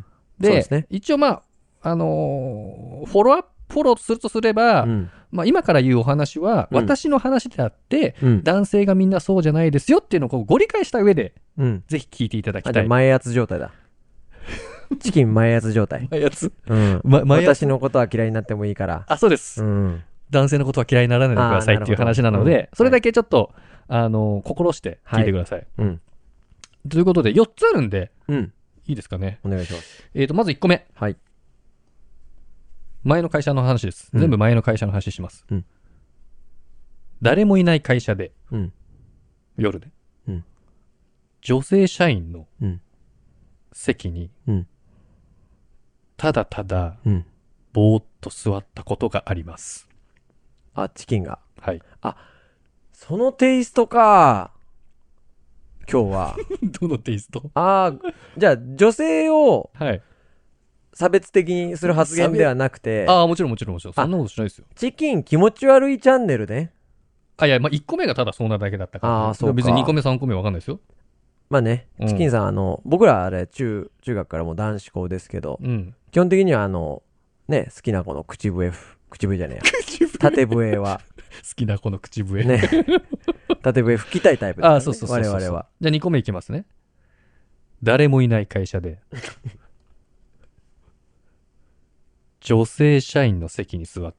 で、そうですね、一応まあ、あのー、フォローアップ、フォローするとすれば、うん、まあ今から言うお話は、私の話であって、うん、男性がみんなそうじゃないですよっていうのをこうご理解した上で、うん、ぜひ聞いていただきたい。 前圧状態だ。チキン前圧状態。 前圧、 うんま、前圧私のことは嫌いになってもいいから。 あ、そうです。うん、男性のことは嫌いにならないでくださいっていう話なので、それだけちょっと、あの、心して聞いてください。はい、うん。ということで、よっつあるんで、うん。いいですかね。 お願いします。 えっと、まずいっこめ。はい。前の会社の話です。うん、全部前の会社の話します。うん。誰もいない会社で、うん。夜ね。うん。女性社員の、うん。席に、うん。ただただ、うん。ぼーっと座ったことがあります。 あ、チキンが。 はい。 あ、そのテイストか。今日は。 どのテイスト？ ああ、じゃあ女性を差別的にする発言ではなくて。 ああ、もちろんもちろんもちろん。そんなことしないですよ。 チキン気持ち悪いチャンネルね。 あ、いや、まあいっこめがただそんなだけだったから、ね。ああ、そうか。別ににこめさんこめわかんないですよ。 まあね、うん、チキンさん、あの、僕らあれ、中、中学からも男子校ですけど、うん、基本的にはあの、ね、好きな子の口笛、口笛じゃねえや。縦笛は。 好きな子の口笛。 ね。縦笛吹きたいタイプです、ね。ああ、そうそうそうそう。我々は。 じゃあにこめいきますね。誰もいない会社で、女性社員の席に座って、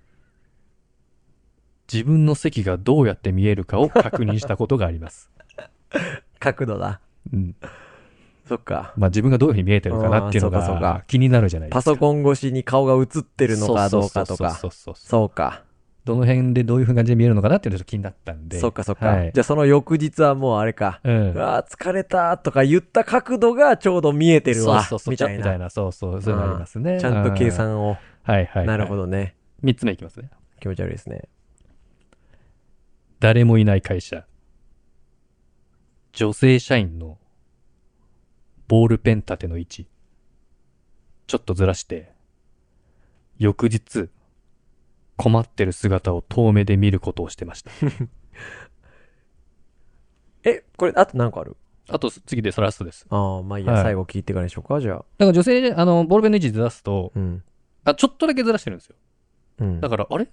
自分の席がどうやって見えるかを確認したことがあります。 角度だ。うん。そっか。 まあ自分がどういうふうに見えてるかなっていうのが気になるじゃないですか。 パソコン越しに顔が映ってるのかどうかとか。そうそうそう。そうか。 どの辺でどういうふうな感じで見えるのかなっていうのがちょっと気になったんで。 そっかそっか。はい、じゃあその翌日はもうあれか。うん。うわ疲れたとか言った角度がちょうど見えてるわ。そうそうそう。みたいな。みたいな。そうそう。そういうのありますね。 ちゃんと計算を。 はいはい。 なるほどね。 三つ目いきますね。 気持ち悪いですね。 誰もいない会社。女性社員のボールペン立ての位置。ちょっとずらして、翌日、困ってる姿を遠目で見ることをしてました。 え、これ、あと何個ある？ あと、次でそラストです。 ああ、まあいいや、はい、最後聞いてからでしょうか、じゃあ。だから女性で、あの、ボールペンの位置ずらすと、うん、あ、ちょっとだけずらしてるんですよ。うん、だから、あれ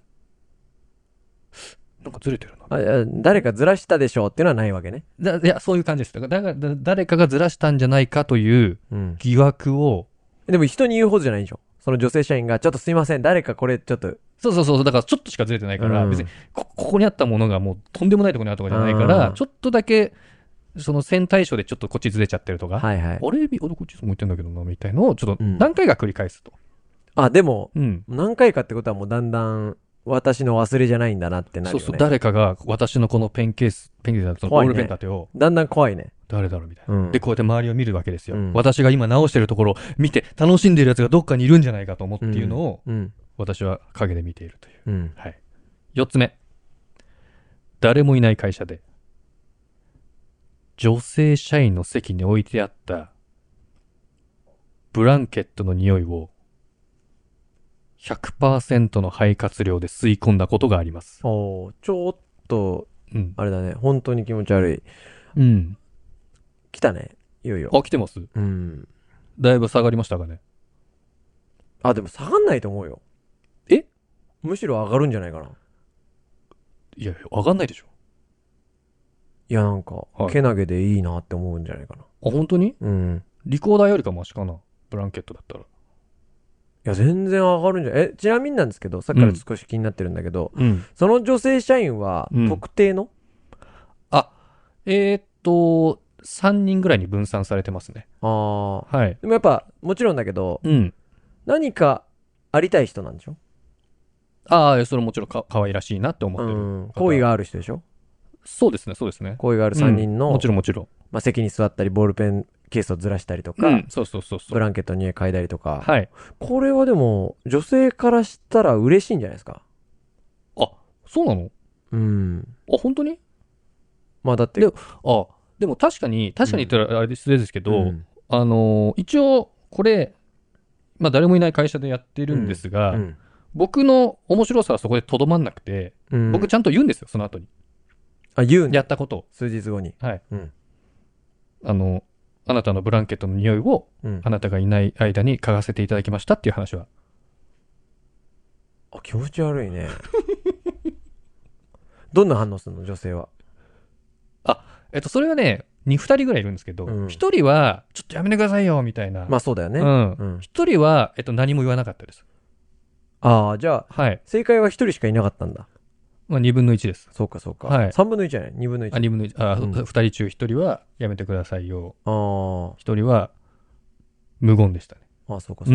なんかずれてるな。 あ、誰かずらしたでしょうっていうのはないわけね。 だいや、そういう感じです。だからだ誰かがずらしたんじゃないかという疑惑を、 うん、でも人に言うほどじゃないでしょ。その女性社員が、ちょっとすいません、誰かこれちょっと。 そうそうそう、だからちょっとしかずれてないから、うん、別にこ、ここにあったものがもうとんでもないところにあるとかじゃないから、うん、ちょっとだけ、その線対称でちょっとこっちずれちゃってるとか、はいはい、あれ、こっち向いてんだけどな、みたいのをちょっと何回か繰り返すと。 うん、あ、でも、うん、何回かってことはもうだんだん、私の忘れじゃないんだなってなるよね。そうそう、 誰かが私のこのペンケース、ペンケースだとボールペン立てを、 ね、だんだん怖いね。 誰だろうみたいな、うん。で、こうやって周りを見るわけですよ。うん、私が今直してるところを見て楽しんでるやつがどっかにいるんじゃないかと思っていうのを、うんうん、私は影で見ているという。うん、はい。四つ目。誰もいない会社で、女性社員の席に置いてあったブランケットの匂いを、ひゃくパーセント の肺活量で吸い込んだことがあります。 おー、ちょっと、うん、あれだね、本当に気持ち悪い。うん。来たね、いよいよ。 あ、来てます？うん。だいぶ下がりましたかね。 あ、でも下がんないと思うよ。 え？ むしろ上がるんじゃないかな。 いやいや、上がんないでしょ。 いや、なんか、はい、けなげでいいなって思うんじゃないかな。 あ、本当に？ うん。 リコーダーよりかマシかな。ブランケットだったら。 や、全然上がるんじゃない？え、ちなみになんですけど、さっきから少し気になってるんだけど、うん、その女性社員は特定の、うん、 あ、えー、っと、さんにんぐらいに分散されてますね。 ああ。はい。でもやっぱ、もちろんだけど、うん、何かありたい人なんでしょ？ ああ、それもちろんか可愛らしいなって思ってる、うん。 好意がある人でしょ？ そうですね、そうですね。 好意があるさんにんの、 うん、もちろんもちろん。 まあ、席に座ったり、ボールペンケースをずらしたりとか、 うん、そうそうそうそう。 ブランケットに匂い嗅いだりとか。 はい。 これはでも、女性からしたら嬉しいんじゃないですか？ あ、そうなの？うん。あ、本当に？まあだって。で、あ、でも確かに、確かに言ったらあれで失礼ですけど、うん、あのー、一応、これ、まあ誰もいない会社でやってるんですが、うんうん、僕の面白さはそこでとどまんなくて、うん、僕ちゃんと言うんですよ、その後に。 あ、言うんやったことを。 数日後に。 はい。うん。あの、あなたのブランケットの匂いを、うん、あなたがいない間に嗅がせていただきましたっていう話は。 あ、気持ち悪いね。どんな反応するの、女性は。 あ、えっと、それはね、に、二人ぐらいいるんですけど、一、うん、人は、ちょっとやめてくださいよ、みたいな。 まあそうだよね。 うん。一、うん、人は、えっと、何も言わなかったです。 ああ、じゃあ、はい。正解は一人しかいなかったんだ。 まあ、二分の一です。 そうか、そうか。はい。三分の一じゃない？二分の一。 あ、二分の一。あ、うん、二人中一人は、やめてくださいよ。ああ。一人は、無言でしたね。 ああ、そうか、そうか。うん。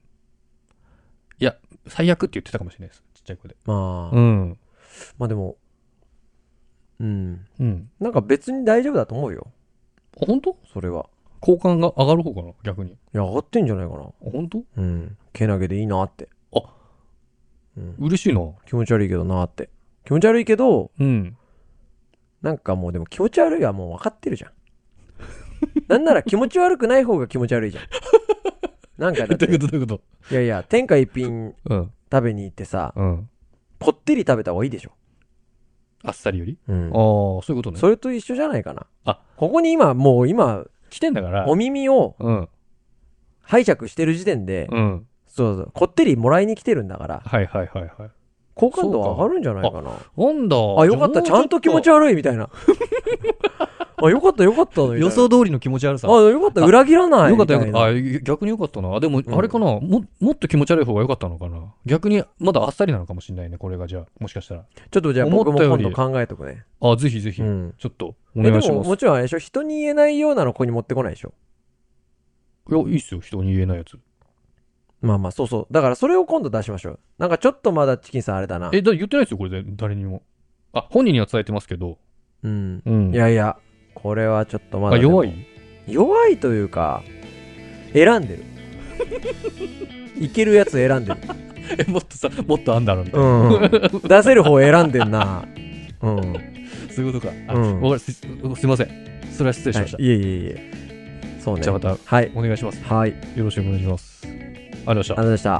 いや、最悪って言ってたかもしれないです。ちっちゃい子で。 まあ。うん。まあでも、うん。うん。なんか別に大丈夫だと思うよ。 あ、本当？ それは。 好感が上がる方かな、逆に。いや、上がってんじゃないかな。あ、 本当？ うん。けなげでいいなって。あ、 うん。嬉しいな。 気持ち悪いけどなって。気持ち悪いけど、うん。なんかもうでも気持ち悪いはもう分かってるじゃん。なんなら気持ち悪くない方が気持ち悪いじゃん。なんかだって。 どういうことどういうこと？ いやいや、天下一品食べに行ってさ、うん、こってり食べた方がいいでしょ。 あっさりより？うん。ああ、そういうことね。 それと一緒じゃないかな。あ、ここに今、もう今、 来てんだから。 お耳を、うん。拝借してる時点で、うん。そうそう、こってりもらいに来てるんだから。 はいはいはいはい。 好感度上がるんじゃないかな。 なんだ。 あ、よかった、ちゃんと気持ち悪いみたいな。あ、よかったよかった予想通りの気持ち悪さ。 あ、よかった、裏切らない。 よかったよかった。あ、逆によかったな。でも、あれかな、も、もっと気持ち悪い方がよかったのかな。逆に、まだあっさりなのかもしれないね、これがじゃあ。もしかしたら。 ちょっとじゃあ僕も今度考えとくね。 あ、ぜひぜひ。ちょっと、お願いします。でも、 もちろんあれでしょ、人に言えないようなのここに持ってこないでしょ。 いや、いいっすよ、人に言えないやつ。 まあまあ、そうそう。だからそれを今度出しましょう。なんかちょっとまだチキンさんあれだな。 え、だ言ってないですよ、これで、誰にも。あ、本人には伝えてますけど。 うん。うん。いやいや、これはちょっとまだ。 あ、弱い？ 弱いというか、選んでる。いけるやつ選んでる。 え、もっとさ、もっとあんだろみたいな。うん。 出せる方選んでんな。うん。 そういうことか。あ、うん、わかる。す、すいません。それは失礼しました。 はい、いえいえいえ。そうね。 じゃあまた、はい。お願いします。 はい。 よろしくお願いします。ありがとうございました。 ありがとうございました。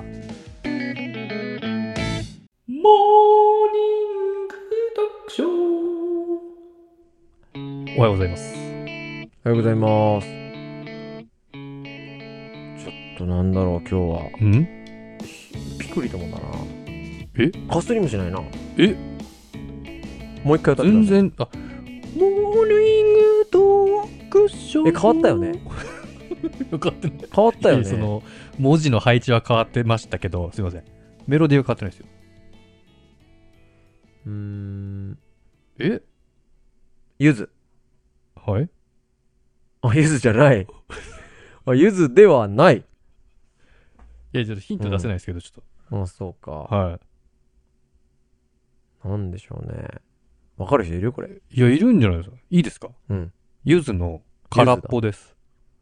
モーニング読書。おはようございます。 おはようございます。ちょっとなんだろう、今日は。んピクリともだな。 えかすりもしないな。 えもう一回歌ってください。 全然、あ、モーニング読書。 え、変わったよね。 変わってない。 変わったよね。 その、文字の配置は変わってましたけど、すいません。メロディーは変わってないですよ。 うーん。 えゆず。 はい。 あ、ゆずじゃない。あ、ゆずではない。いや、ちょっとヒント出せないですけど、うん、ちょっと。あ、そうか。 はい。 なんでしょうね。わかる人いるこれ。 いや、いるんじゃないですか。いいですか？うん。ゆずの空っぽです。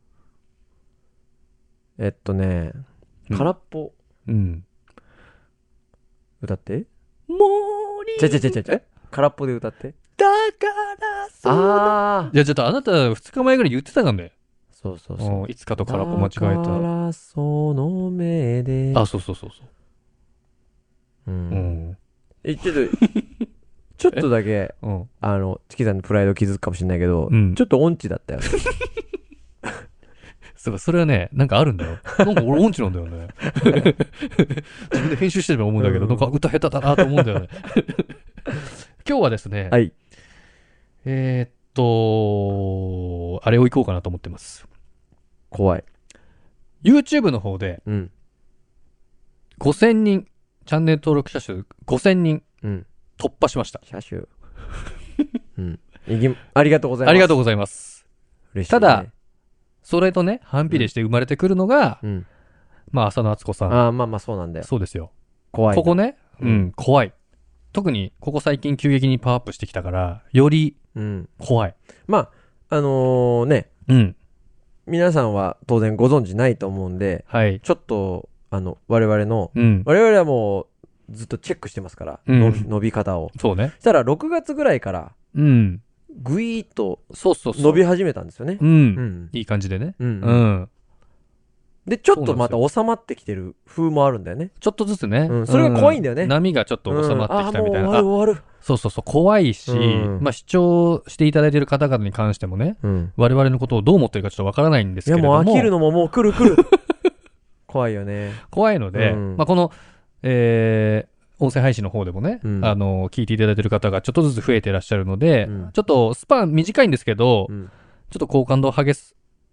えっとね、空っぽ。うん。歌って。 モーニング。 ちゃちゃちゃちゃちゃ。空っぽで歌って。 だからそうだ。ああ。いや、ちょっとあなたふつかまえぐらい言ってたかんね。 そうそうそう。 いつかと空っぽ間違えた。だからその目で。 あ、そうそうそうそう。 うん。うん、え、ちょっと、ちょっとだけ、うん、あの、チキさんのプライド気づくかもしれないけど、うん、ちょっと音痴だったよね。 そうか、それはね、なんかあるんだよ。なんか俺音痴なんだよね。自分で編集してれば思うんだけど、なんか歌下手だなと思うんだよね。今日はですね、 はい。 えー、っと、あれを行こうかなと思ってます。 怖い。 YouTube の方で、うん、 ごせんにん、チャンネル登録者数ごせんにん突破しました。 車種。うん。ありがとうございます。 ありがとうございます。 嬉しい、ね。 ただ、それとね、反比例して生まれてくるのが、うん、まあ、浅野敦子さん。 ああ、まあまあそうなんだよ。 そうですよ。 怖い。 ここね、うん、うん、怖い。特に、ここ最近急激にパワーアップしてきたから、より、怖い。 うん、まあ、あのー、ね、 うん。 皆さんは当然ご存知ないと思うんで、 はい。 ちょっと、あの、我々の、うん、我々はもう、ずっとチェックしてますから、うん、伸び、伸び方を。 そうね。 そしたらろくがつぐらいから、 うん。 ぐいーっと、 そうそうそう。 伸び始めたんですよね。 うん。うん、いい感じでね。 うん。うん。で、ちょっとまた収まってきてる風もあるんだよね。 ちょっとずつね。 うん。それが怖いんだよね。 うん、波がちょっと収まってきたみたいな。うん、 あ、もう終わる終わる。 そうそうそう。怖いし、うん、まあ視聴していただいている方々に関してもね、うん、我々のことをどう思ってるかちょっとわからないんですけれども。 いやもう飽きるのももう来る来る。怖いよね。 怖いので、うん、まあこの、えー、音声配信の方でもね、うん、あの、聞いていただいている方がちょっとずつ増えていらっしゃるので、うん、ちょっとスパン短いんですけど、うん、ちょっと好感度を上げす、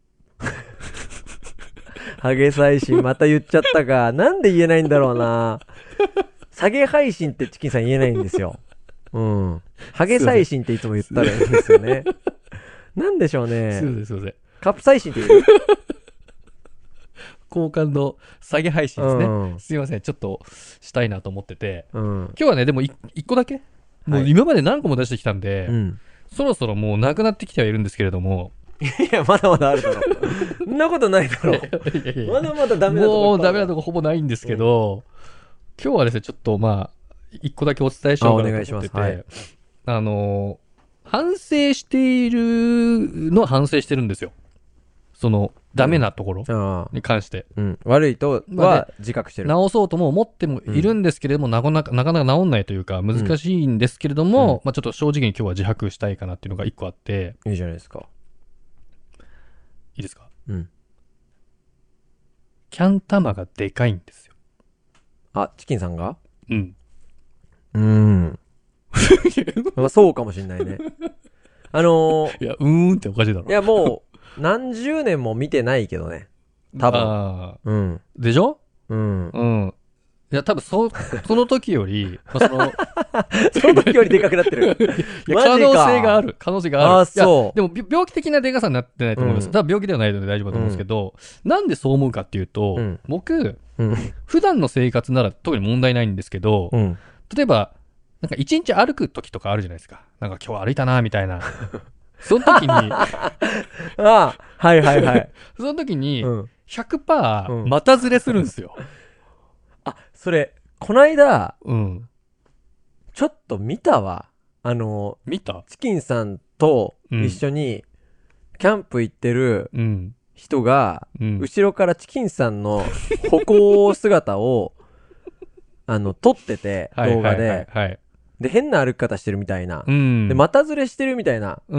ハゲ配信また言っちゃったか。なんで言えないんだろうな。下げ配信ってチキンさん言えないんですよ。うん。ハゲ配信っていつも言ったらいいんですよね。なんでしょうね。 すいません、すいません。 カプサイシンって言う好感度下げ配信ですね、うん。すいません、ちょっとしたいなと思ってて。うん、今日はね、でも一個だけ、もう今まで何個も出してきたんで、はい、そろそろもうなくなってきてはいるんですけれども、 いや、まだまだあるだろ。そんなことないだろ。いやいやまだまだダメなとこ。 もうダメなとこほぼないんですけど、うん、今日はですね、ちょっとまあ、一個だけお伝えしようかなと思ってて、あ、はい、あのー、反省しているのは反省してるんですよ。その、ダメなところに関して。 うんうん、悪いとは自覚してる。 直そうとも思ってもいるんですけれども、うん、なかなか、なかなか直んないというか、難しいんですけれども、うん、まあちょっと正直に今日は自白したいかなっていうのが一個あって。 いいじゃないですか。 いいですか？ うん。 キャン玉がでかいんですよ。 あ、チキンさんが？ うん。 うーん。まあそうかもしんないね。あのー、 いや、うーんっておかしいだろ。 いや、もう、何十年も見てないけどね。多分。あうん。でしょ？ うん。 うん。いや、多分そ、その時より、まあ、その、 その時よりでかくなってる。 いや、可能性がある。可能性がある。 あ、そう。 でも、病気的なでかさになってないと思うんです。うん、多分病気ではないので大丈夫だと思うんですけど、うん、なんでそう思うかっていうと、うん、僕、うん、普段の生活なら特に問題ないんですけど、うん、例えば、なんか一日歩く時とかあるじゃないですか。なんか今日歩いたな、みたいな。その時に、ああ、はいはいはい。 その時に、ひゃくパーセント股ずれするんですよ。 あ、それ、こないだ、 うん。 ちょっと見たわ。あの、 見た？ チキンさんと一緒に、キャンプ行ってる人が、うん、後ろからチキンさんの歩行姿を、あの、撮ってて、動画で、はいはいはいはい、で、変な歩き方してるみたいな。うん、で、股ずれしてるみたいな。うん、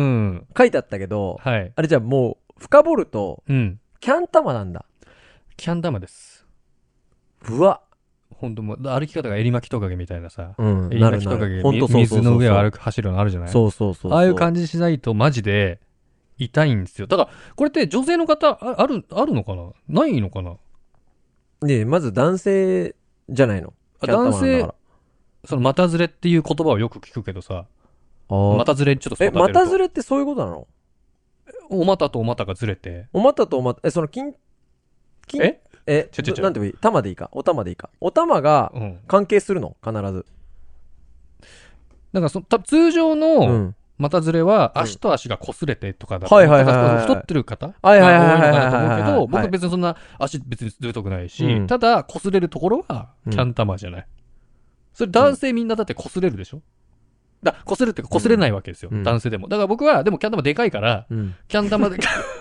書いてあったけど、はい、あれじゃあもう、深掘ると、うん、キャン玉なんだ。 キャン玉です。 うわ。 ほんともう、歩き方が襟巻きトカゲみたいなさ。 うん。 襟巻きトカゲ、水の上を歩く、走るのあるじゃない？ そうそうそうそう。 ああいう感じしないとマジで痛いんですよ。だから、これって女性の方、あある、あるのかな？ないのかな？ ねえ、まず男性じゃないの？ 男性、その股ずれっていう言葉をよく聞くけどさ。股ずれちょっと育てると。 え、股ずれってそういうことなの？ お股とお股がずれて。 お股とお股、え、その筋、筋、 ええ、ちょちょちょなんて言ういい？玉でいいか？お玉でいいか？お玉が関係するの？必ず。 なんかそ、た通常の股ずれは足と足が擦れてとかだと、 はいはいはい。 太ってる方が多いのかなと思うけど、僕は別にそんな足別に太くないし、ただ擦れるところはキャン玉じゃない。それ男性みんなだって擦れるでしょ？だ、擦れるっていうか擦れないわけですよ。男性でも。だから僕は、でもキャン玉でかいから、キャン玉で、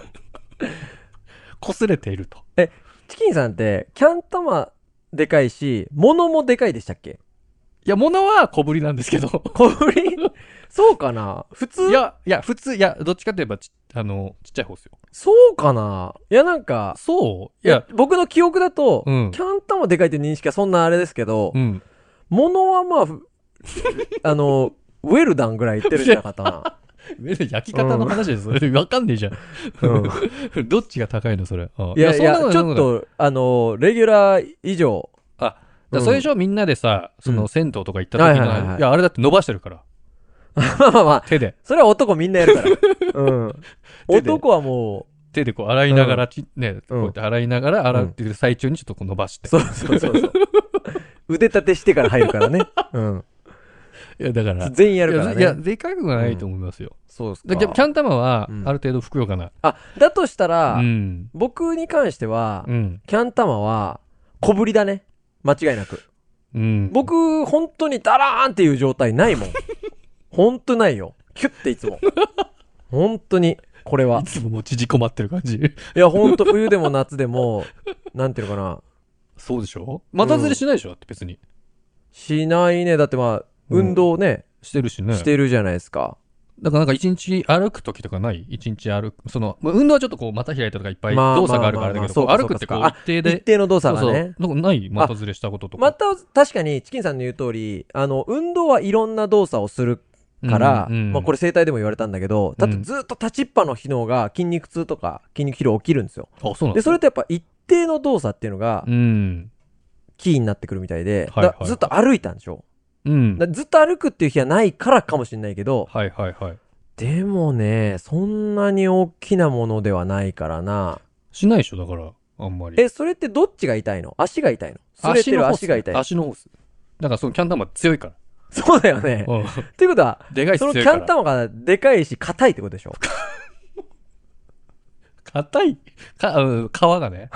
擦れていると。 え、チキンさんって、キャン玉でかいし、物もでかいでしたっけ？ いや、物は小ぶりなんですけど。 小ぶりそうかな？普通？ いや、いや、普通、いや、どっちかといえばち、あの、ちっちゃい方ですよ。 そうかないや、なんか、 そういや、僕の記憶だと、うん、キャン玉でかいって認識はそんなあれですけど、うん、物はまあ、あの、ウェルダンぐらい言ってるんじゃなかったな。 焼き方の話です。それわかんねえじゃん。うん、どっちが高いのそれ。 いやいや、いやちょっと、あの、レギュラー以上。 あ、 だそれでしょ、みんなでさ、その銭湯とか行った時の、いや、あれだって伸ばしてるから。 まあまあまあ。 手で。 それは男みんなやるから。うん。男はもう。 手でこう洗いながら、ね、こうやって洗いながら洗ってる最中にちょっとこう伸ばして。 そうそうそうそう。腕立てしてから入るからね。うん。 いや、だから。 全員やるからね。 いや、でかくはないと思いますよ。 そうですか。 キャン玉は、ある程度ふくよかな。 あ、だとしたら、僕に関しては、キャン玉は小ぶりだね。間違いなく。僕、本当にダラーンっていう状態ないもん。本当ないよ。キュッていつも。本当に、これは。 いつももう縮こまってる感じ。 いや、本当冬でも夏でも、なんていうのかな。 そうでしょ？股ずれしないでしょ、うん、って別に。 しないね。だってまあ、運動ね、 うん、してるしね。 してるじゃないですか。 だからなんか一日歩く時とかない一日歩く。その、運動はちょっとこう股開いたとかいっぱい動作があるからだけど、歩くってこう一定で。 一定の動作がね。 そうそうない股ずれしたこととか。 また、確かにチキンさんの言う通り、あの、運動はいろんな動作をするから、うんうん、まあこれ整体でも言われたんだけど、だってずっと立ちっぱの機能が筋肉痛とか筋肉疲労起きるんですよ。 あ、そうなんで、それってやっぱ一定の動作っていうのが、キーになってくるみたいで、はいはいはい、ずっと歩いたんでしょ。うん、ずっと歩くっていう日はないからかもしれないけど、 はいはいはい。 でもね、そんなに大きなものではないからな。 しないでしょ、だから、あんまり。 え、それってどっちが痛いの？足が痛いの？すれてる足が痛い。 足の方っす。だからそのキャン玉強いから。 そうだよね。うん、っていうことは、 でかいそのキャン玉がでかいし、硬いってことでしょ？ 硬いか、うん、皮がね。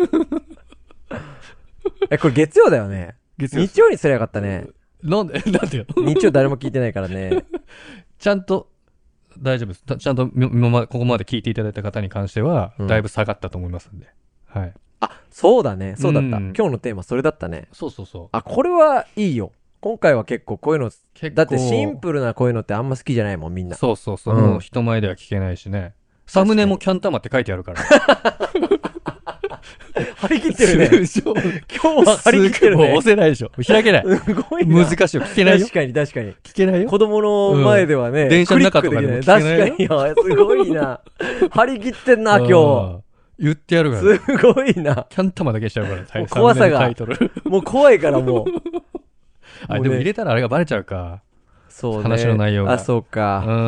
え、これ月曜だよね。月曜。日曜にすればよかったね。 なんでなんでよ。 日曜誰も聞いてないからね。 ちゃんと、大丈夫です。ちゃんと今まで、ここまで聞いていただいた方に関しては、うん、だいぶ下がったと思いますんで。はい。 あ、そうだね。そうだった。うん、今日のテーマそれだったね。 そうそうそう。 あ、これはいいよ。今回は結構こういうの、だってシンプルなこういうのってあんま好きじゃないもん、みんな。 そうそうそう。うん、もう人前では聞けないしね。サムネもキャン玉って書いてあるから。 張り切ってるね。今日は張り切ってるね。 もう押せないでしょ。開けない。 すごいな。 難しいよ。聞けないよ。 確かに確かに。 聞けないよ。 子供の前ではね。 うん、電車の中とかでも聞けないよ。 確かによ。すごいな。張り切ってんな、今日。 言ってやるから、 ね。すごいな。 キャン玉だけしちゃうから、 ね。怖さが。もう怖いからもう。 あ、でも入れたらあれがバレちゃうか。そうね。話の内容が。 あ、そうか。 うん。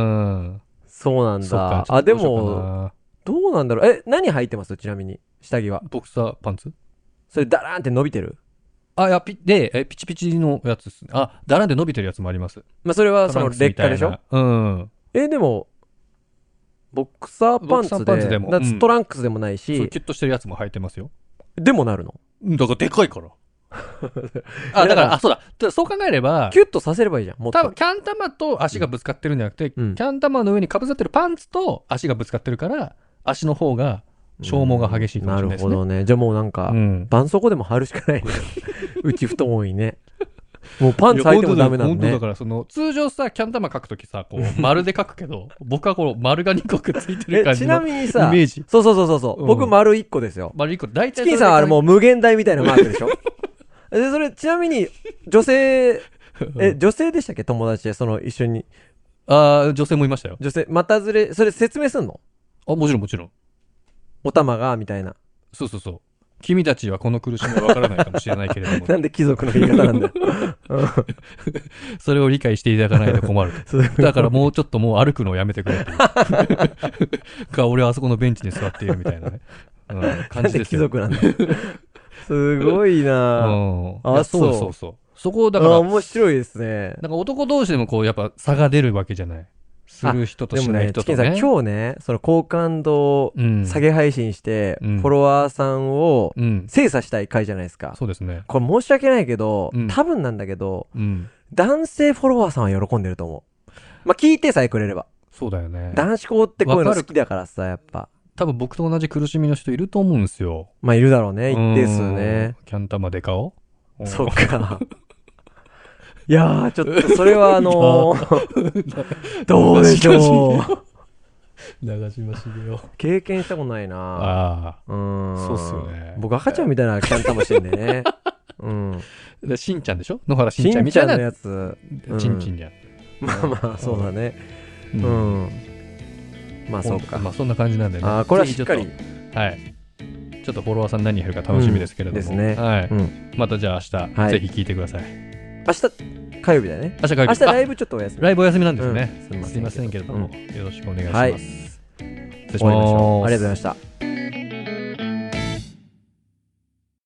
そうなんだ。あ、でも、どうなんだろう。え、何履いてますちなみに。下着は。 ボクサーパンツ？ それダラーンって伸びてる？ あ、いや、ピ、で、え、ピチピチのやつですね。あ、ダラーンで伸びてるやつもあります。 まあ、それはその劣化でしょ？ うん。 え、でも、ボクサーパンツで、ボクサーパンツでもだトランクスでもないし、 そう、キュッとしてるやつも履いてますよ。 でもなるの？ だからでかいから。あ、だから、あ、そうだ。そう考えれば、 キュッとさせればいいじゃん。もっと。 多分、キャン玉と足がぶつかってるんじゃなくて、うん、キャン玉の上にかぶさってるパンツと足がぶつかってるから、足の方が消耗が激しいかもしれないですね。 なるほどね。じゃあもうなんか、うん、絆創膏でも貼るしかないね。うち太もいね。もうパンツ履いてもダメなんだね。 本当だから、その、通常さ、キャン玉書くときさ、こう、丸で書くけど、僕はこう、丸がにこくついてる感じのイメージ。ちなみにさ、 そうそうそうそう、うん、僕丸いっこですよ。 丸いっこ、大体。 チキンさんはあれもう無限大みたいなマークでしょ？で、それ、ちなみに、女性、え、女性でしたっけ友達で、その、一緒に。 ああ、女性もいましたよ。 女性、股ずれ、それ説明すんの？ あ、もちろんもちろん。 お玉が、みたいな。 そうそうそう。君たちはこの苦しみはわからないかもしれないけれども。 なんで貴族の言い方なんだよ。 それを理解していただかないと困る。だからもうちょっともう歩くのをやめてくれっていう。か、俺はあそこのベンチに座っているみたいなね。うん、感じですよ。 なんで貴族なんだよ。すごいなぁ。 あ、そうそうそう。そこだから。あ、 面白いですね。 なんか男同士でもこう、やっぱ差が出るわけじゃない。する人としない人とね。 でもね、チキンさん今日ね、その好感度下げ配信して、うん、フォロワーさんを精査したい回じゃないですか。 うん、そうですね。 これ申し訳ないけど、うん、多分なんだけど、うん、男性フォロワーさんは喜んでると思う。まあ、聞いてさえくれれば。 そうだよね。 男子校ってこういうの好きだからさ、やっぱ。 多分僕と同じ苦しみの人いると思うんですよ。 まあ、いるだろうね、一定数ね。 キャン玉でかお？ そっか。いやー、ちょっとそれはあのー、どうでしょう。 長嶋茂雄。 経験したことないな。 ああ。うん。そうっすよね。 僕赤ちゃんみたいなキャン玉してんでね。うん。 で、しんちゃんでしょ？野原しんちゃんみたいな。 しんちゃんのやつ。 ちんちんじゃん。 まあまあ、そうだね。うん。まあそうか。 まあそんな感じなんでね。 ああ、これはしっかり。 はい。ちょっちょっとフォロワーさん何人減るか楽しみですけれども、 ですね。 はい。またじゃあ明日ぜひ聞いてください。 明日火曜日だよね。 明日火曜日。 明日ライブちょっとお休み。 ライブお休みなんですね。すみませんけれども、よろしくお願いします。失礼しましょう。 ありがとうございました。